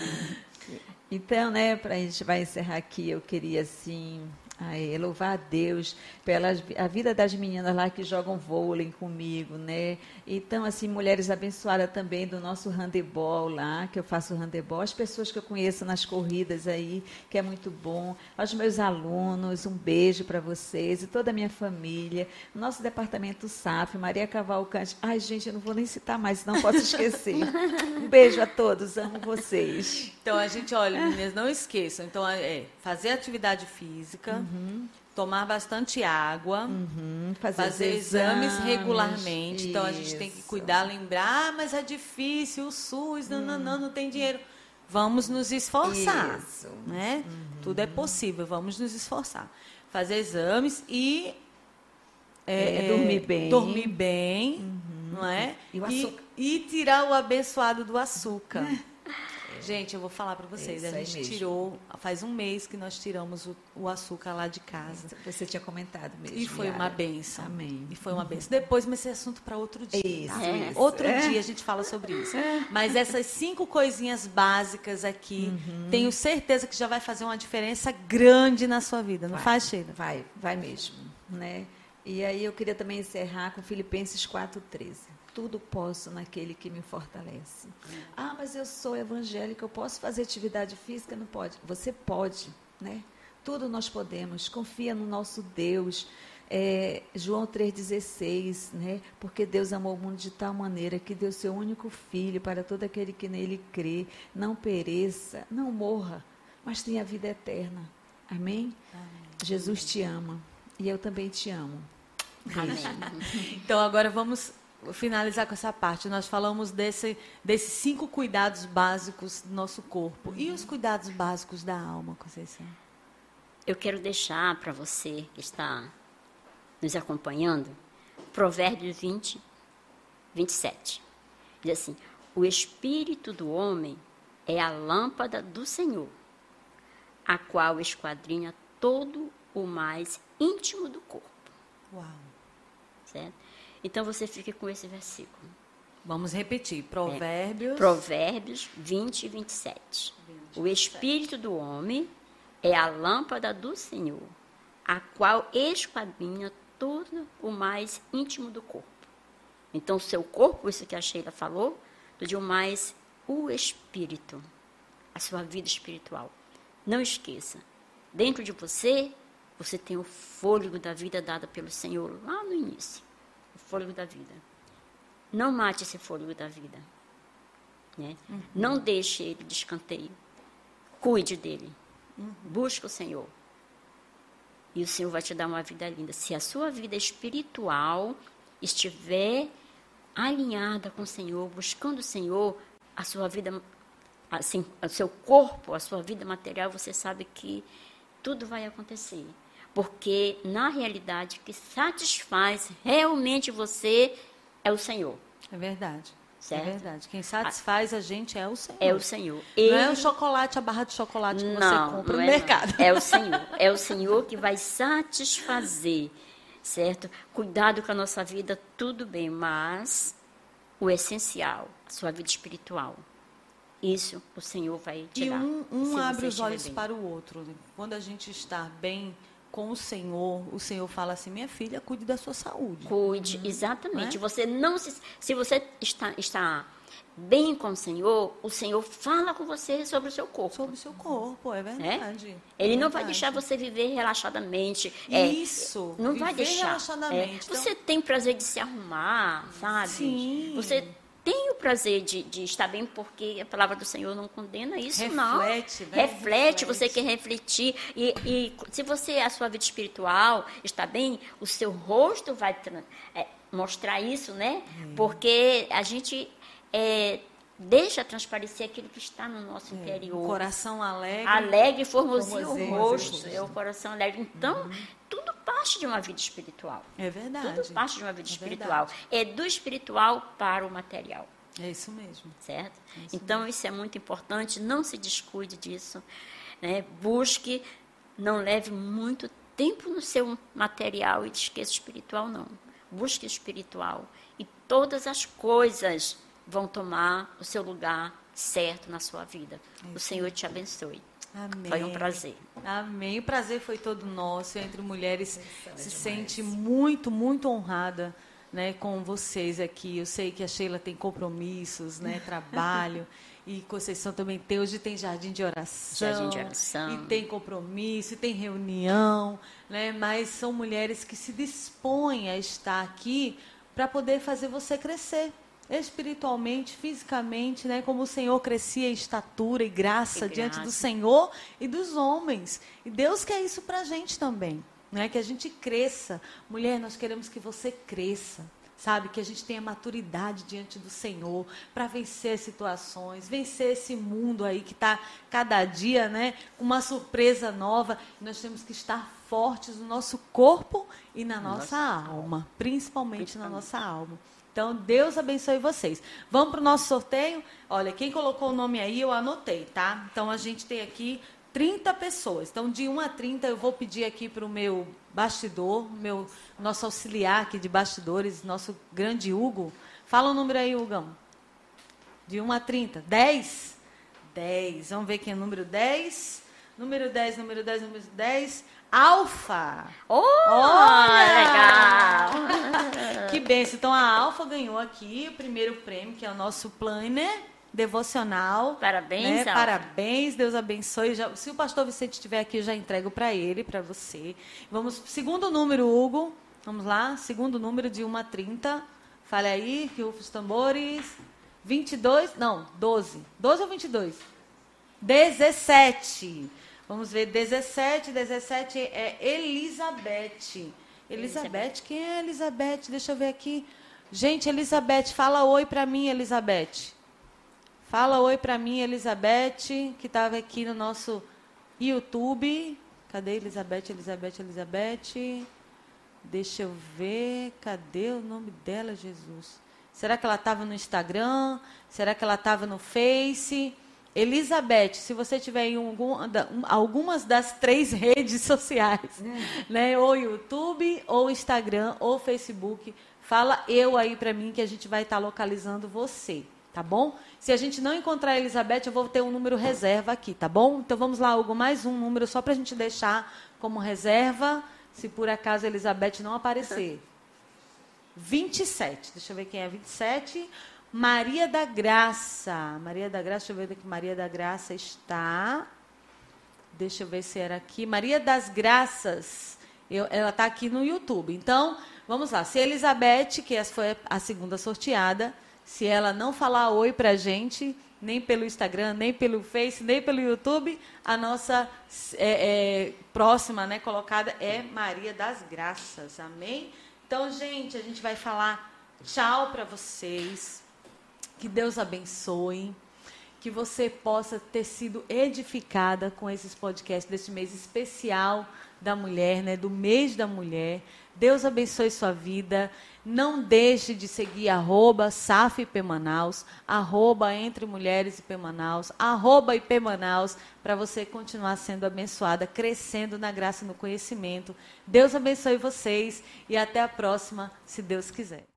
[SPEAKER 2] Então, né, para a gente vai encerrar aqui, eu queria, assim, louvar a Deus pela a vida das meninas lá que jogam vôlei comigo, né? Então, assim, mulheres abençoadas também do nosso handebol lá, que eu faço handebol, as pessoas que eu conheço nas corridas aí, que é muito bom, aos meus alunos, um beijo para vocês e toda a minha família, o nosso departamento SAF, Maria Cavalcante. Ai, gente, eu não vou nem citar mais, não posso esquecer. Um beijo a todos, amo vocês.
[SPEAKER 1] Então, a gente, olha, meninas, não esqueçam. Então, fazer atividade física, tomar bastante água,
[SPEAKER 2] Fazer
[SPEAKER 1] exames regularmente. Então, a gente tem que
[SPEAKER 2] isso.
[SPEAKER 1] cuidar, lembrar, mas é difícil, o SUS, não tem dinheiro. Vamos nos esforçar,
[SPEAKER 2] Isso.
[SPEAKER 1] né? Tudo é possível, vamos nos esforçar. Fazer exames e dormir bem, não é?
[SPEAKER 2] E o açúcar.
[SPEAKER 1] E tirar o abençoado do açúcar. Gente, eu vou falar para vocês,
[SPEAKER 2] Isso
[SPEAKER 1] a
[SPEAKER 2] aí
[SPEAKER 1] gente
[SPEAKER 2] mesmo.
[SPEAKER 1] tirou, faz um mês que nós tiramos o açúcar lá de casa.
[SPEAKER 2] Você tinha comentado mesmo.
[SPEAKER 1] E foi
[SPEAKER 2] Yara.
[SPEAKER 1] uma bênção.
[SPEAKER 2] Amém.
[SPEAKER 1] E foi uma bênção. Depois, mas esse é assunto para outro dia.
[SPEAKER 2] Isso,
[SPEAKER 1] tá?
[SPEAKER 2] isso.
[SPEAKER 1] Outro dia a gente fala sobre isso. Mas essas 5 coisinhas básicas aqui, tenho certeza que já vai fazer uma diferença grande na sua vida. Não faz, Sheila?
[SPEAKER 2] Vai mesmo, né? E aí eu queria também encerrar com Filipenses 4:13. Tudo posso naquele que me fortalece. Ah, mas eu sou evangélica, eu posso fazer atividade física? Não pode. Você pode, né? Tudo nós podemos. Confia no nosso Deus. João 3,16, né? Porque Deus amou o mundo de tal maneira que deu seu único filho para todo aquele que nele crê, não pereça, não morra, mas tenha vida eterna. Amém? Jesus te ama e eu também te amo.
[SPEAKER 1] Então, agora vamos finalizar com essa parte. Nós falamos desses 5 cuidados básicos do nosso corpo. E os cuidados básicos da alma, Conceição?
[SPEAKER 3] Eu quero deixar para você que está nos acompanhando, Provérbios 20:27. Diz assim: o espírito do homem é a lâmpada do Senhor, a qual esquadrinha todo o mais íntimo do corpo.
[SPEAKER 1] Uau!
[SPEAKER 3] Certo? Então, você fica com esse versículo.
[SPEAKER 1] Vamos repetir. Provérbios.
[SPEAKER 3] Provérbios 20:27. O espírito do homem é a lâmpada do Senhor, a qual esquadrinha todo o mais íntimo do corpo. Então, o seu corpo, isso que a Sheila falou, tudo mais o espírito, a sua vida espiritual. Não esqueça, dentro de você, você tem o fôlego da vida dada pelo Senhor lá no início. O fôlego da vida. Não mate esse fôlego da vida. Né? Não deixe ele de escanteio. Cuide dele. Busque o Senhor. E o Senhor vai te dar uma vida linda. Se a sua vida espiritual estiver alinhada com o Senhor, buscando o Senhor, a sua vida, assim, o seu corpo, a sua vida material, você sabe que tudo vai acontecer. Porque, na realidade, o que satisfaz realmente você é o Senhor.
[SPEAKER 1] É verdade.
[SPEAKER 3] Certo?
[SPEAKER 1] É verdade. Quem satisfaz a gente é o Senhor.
[SPEAKER 3] É o Senhor.
[SPEAKER 1] Não é o chocolate, a barra de chocolate que você compra no mercado.
[SPEAKER 3] É o Senhor. É o Senhor que vai satisfazer, certo? Cuidado com a nossa vida, tudo bem, mas o essencial, a sua vida espiritual, isso o Senhor vai te dar.
[SPEAKER 1] E
[SPEAKER 3] se
[SPEAKER 1] um
[SPEAKER 3] você
[SPEAKER 1] abre os
[SPEAKER 3] estiver
[SPEAKER 1] olhos
[SPEAKER 3] bem.
[SPEAKER 1] para o outro. Quando a gente está bem com o Senhor fala assim: minha filha, cuide da sua saúde.
[SPEAKER 3] Cuide, exatamente.
[SPEAKER 1] Não é?
[SPEAKER 3] Você não se você está bem com o Senhor fala com você sobre o seu corpo.
[SPEAKER 1] Sobre o seu corpo, é verdade.
[SPEAKER 3] Ele
[SPEAKER 1] É
[SPEAKER 3] não vai
[SPEAKER 1] verdade.
[SPEAKER 3] deixar você viver relaxadamente.
[SPEAKER 1] Isso.
[SPEAKER 3] Não vai
[SPEAKER 1] viver
[SPEAKER 3] deixar.
[SPEAKER 1] relaxadamente. Então,
[SPEAKER 3] Você tem prazer de se arrumar, sabe?
[SPEAKER 1] Sim.
[SPEAKER 3] Você tem o prazer de estar bem, porque a palavra do Senhor não condena isso,
[SPEAKER 1] Reflete,
[SPEAKER 3] não.
[SPEAKER 1] né?
[SPEAKER 3] Reflete, você quer refletir. E se a sua vida espiritual está bem, o seu rosto vai mostrar isso, né? Porque a gente deixa transparecer aquilo que está no nosso interior.
[SPEAKER 1] O coração alegre.
[SPEAKER 3] Alegre e formosinho o
[SPEAKER 1] Formosinho,
[SPEAKER 3] rosto, é o coração alegre. Então, tudo parte de uma vida espiritual.
[SPEAKER 1] É verdade.
[SPEAKER 3] Tudo parte de uma vida
[SPEAKER 1] É
[SPEAKER 3] espiritual.
[SPEAKER 1] verdade.
[SPEAKER 3] É do espiritual para o material,
[SPEAKER 1] É isso mesmo.
[SPEAKER 3] certo? Então, isso é muito importante. Não se descuide disso. Né? Busque, não leve muito tempo no seu material e esqueça o espiritual, não. Busque o espiritual. E todas as coisas vão tomar o seu lugar certo na sua vida. O Senhor te abençoe.
[SPEAKER 1] Amém.
[SPEAKER 3] Foi um prazer.
[SPEAKER 1] Amém. O prazer foi todo nosso. Entre mulheres se sente muito, muito honrada, né, com vocês aqui. Eu sei que a Sheila tem compromissos, né, trabalho. E Conceição também tem. Hoje tem jardim de oração.
[SPEAKER 3] Jardim de oração.
[SPEAKER 1] E tem compromisso, e tem reunião. Né, mas são mulheres que se dispõem a estar aqui para poder fazer você crescer. Espiritualmente, fisicamente, né? Como o Senhor crescia em estatura e graça diante do Senhor e dos homens. E Deus quer isso para a gente também. né? Que a gente cresça. Mulher, nós queremos que você cresça. Sabe, que a gente tenha maturidade diante do Senhor para vencer as situações, vencer esse mundo aí que está cada dia, né, com uma surpresa nova. Nós temos que estar fortes no nosso corpo e na nossa alma, principalmente na nossa alma. Então, Deus abençoe vocês. Vamos para o nosso sorteio? Olha, quem colocou o nome aí, eu anotei, tá? Então, a gente tem aqui 30 pessoas. Então, de 1 a 30, eu vou pedir aqui para o meu bastidor, nosso auxiliar aqui de bastidores, nosso grande Hugo. Fala o número aí, Hugão. De 1 a 30. 10? 10. Vamos ver quem é o número 10. Número 10, número 10, número 10. Alfa.
[SPEAKER 3] Legal.
[SPEAKER 1] Que benção. Então, a Alfa ganhou aqui o primeiro prêmio, que é o nosso planner devocional.
[SPEAKER 3] Parabéns,
[SPEAKER 1] né?
[SPEAKER 3] Alfa.
[SPEAKER 1] Parabéns, Deus abençoe. Se o pastor Vicente estiver aqui, eu já entrego para ele, para você. Vamos, segundo número, Hugo. Vamos lá, segundo número de 1 a 30. Fale aí, que rufa os tambores. 22, não, 12. 12 ou 22? 17. Vamos ver, 17 é Elizabeth. Elizabeth, quem é Elizabeth? Deixa eu ver aqui. Gente, Elizabeth, fala oi para mim, Elizabeth. Fala oi para mim, Elizabeth, que estava aqui no nosso YouTube. Cadê Elizabeth? Deixa eu ver. Cadê o nome dela, Jesus? Será que ela estava no Instagram? Será que ela estava no Face? Elizabeth, se você tiver em algumas das 3 redes sociais, né? Ou YouTube, ou Instagram, ou Facebook, fala eu aí para mim que a gente vai estar localizando você. Tá bom? Se a gente não encontrar a Elizabeth, eu vou ter um número reserva aqui, tá bom? Então, vamos lá, Hugo, mais um número só para a gente deixar como reserva, se por acaso a Elizabeth não aparecer. 27. Deixa eu ver quem é 27. Maria da Graça. Maria da Graça, deixa eu ver onde que Maria da Graça está. Deixa eu ver se era aqui. Maria das Graças. Ela está aqui no YouTube. Então, vamos lá. Se a Elizabeth, que essa foi a segunda sorteada, se ela não falar oi para a gente, nem pelo Instagram, nem pelo Face, nem pelo YouTube, a nossa próxima, né, colocada é Maria das Graças. Amém? Então, gente, a gente vai falar tchau para vocês. Que Deus abençoe. Que você possa ter sido edificada com esses podcasts desse mês especial da mulher, né, do mês da mulher. Deus abençoe sua vida. Não deixe de seguir @SAFIPManaus, @EntreMulheresIPManaus, @IPManaus, para você continuar sendo abençoada, crescendo na graça e no conhecimento. Deus abençoe vocês e até a próxima, se Deus quiser.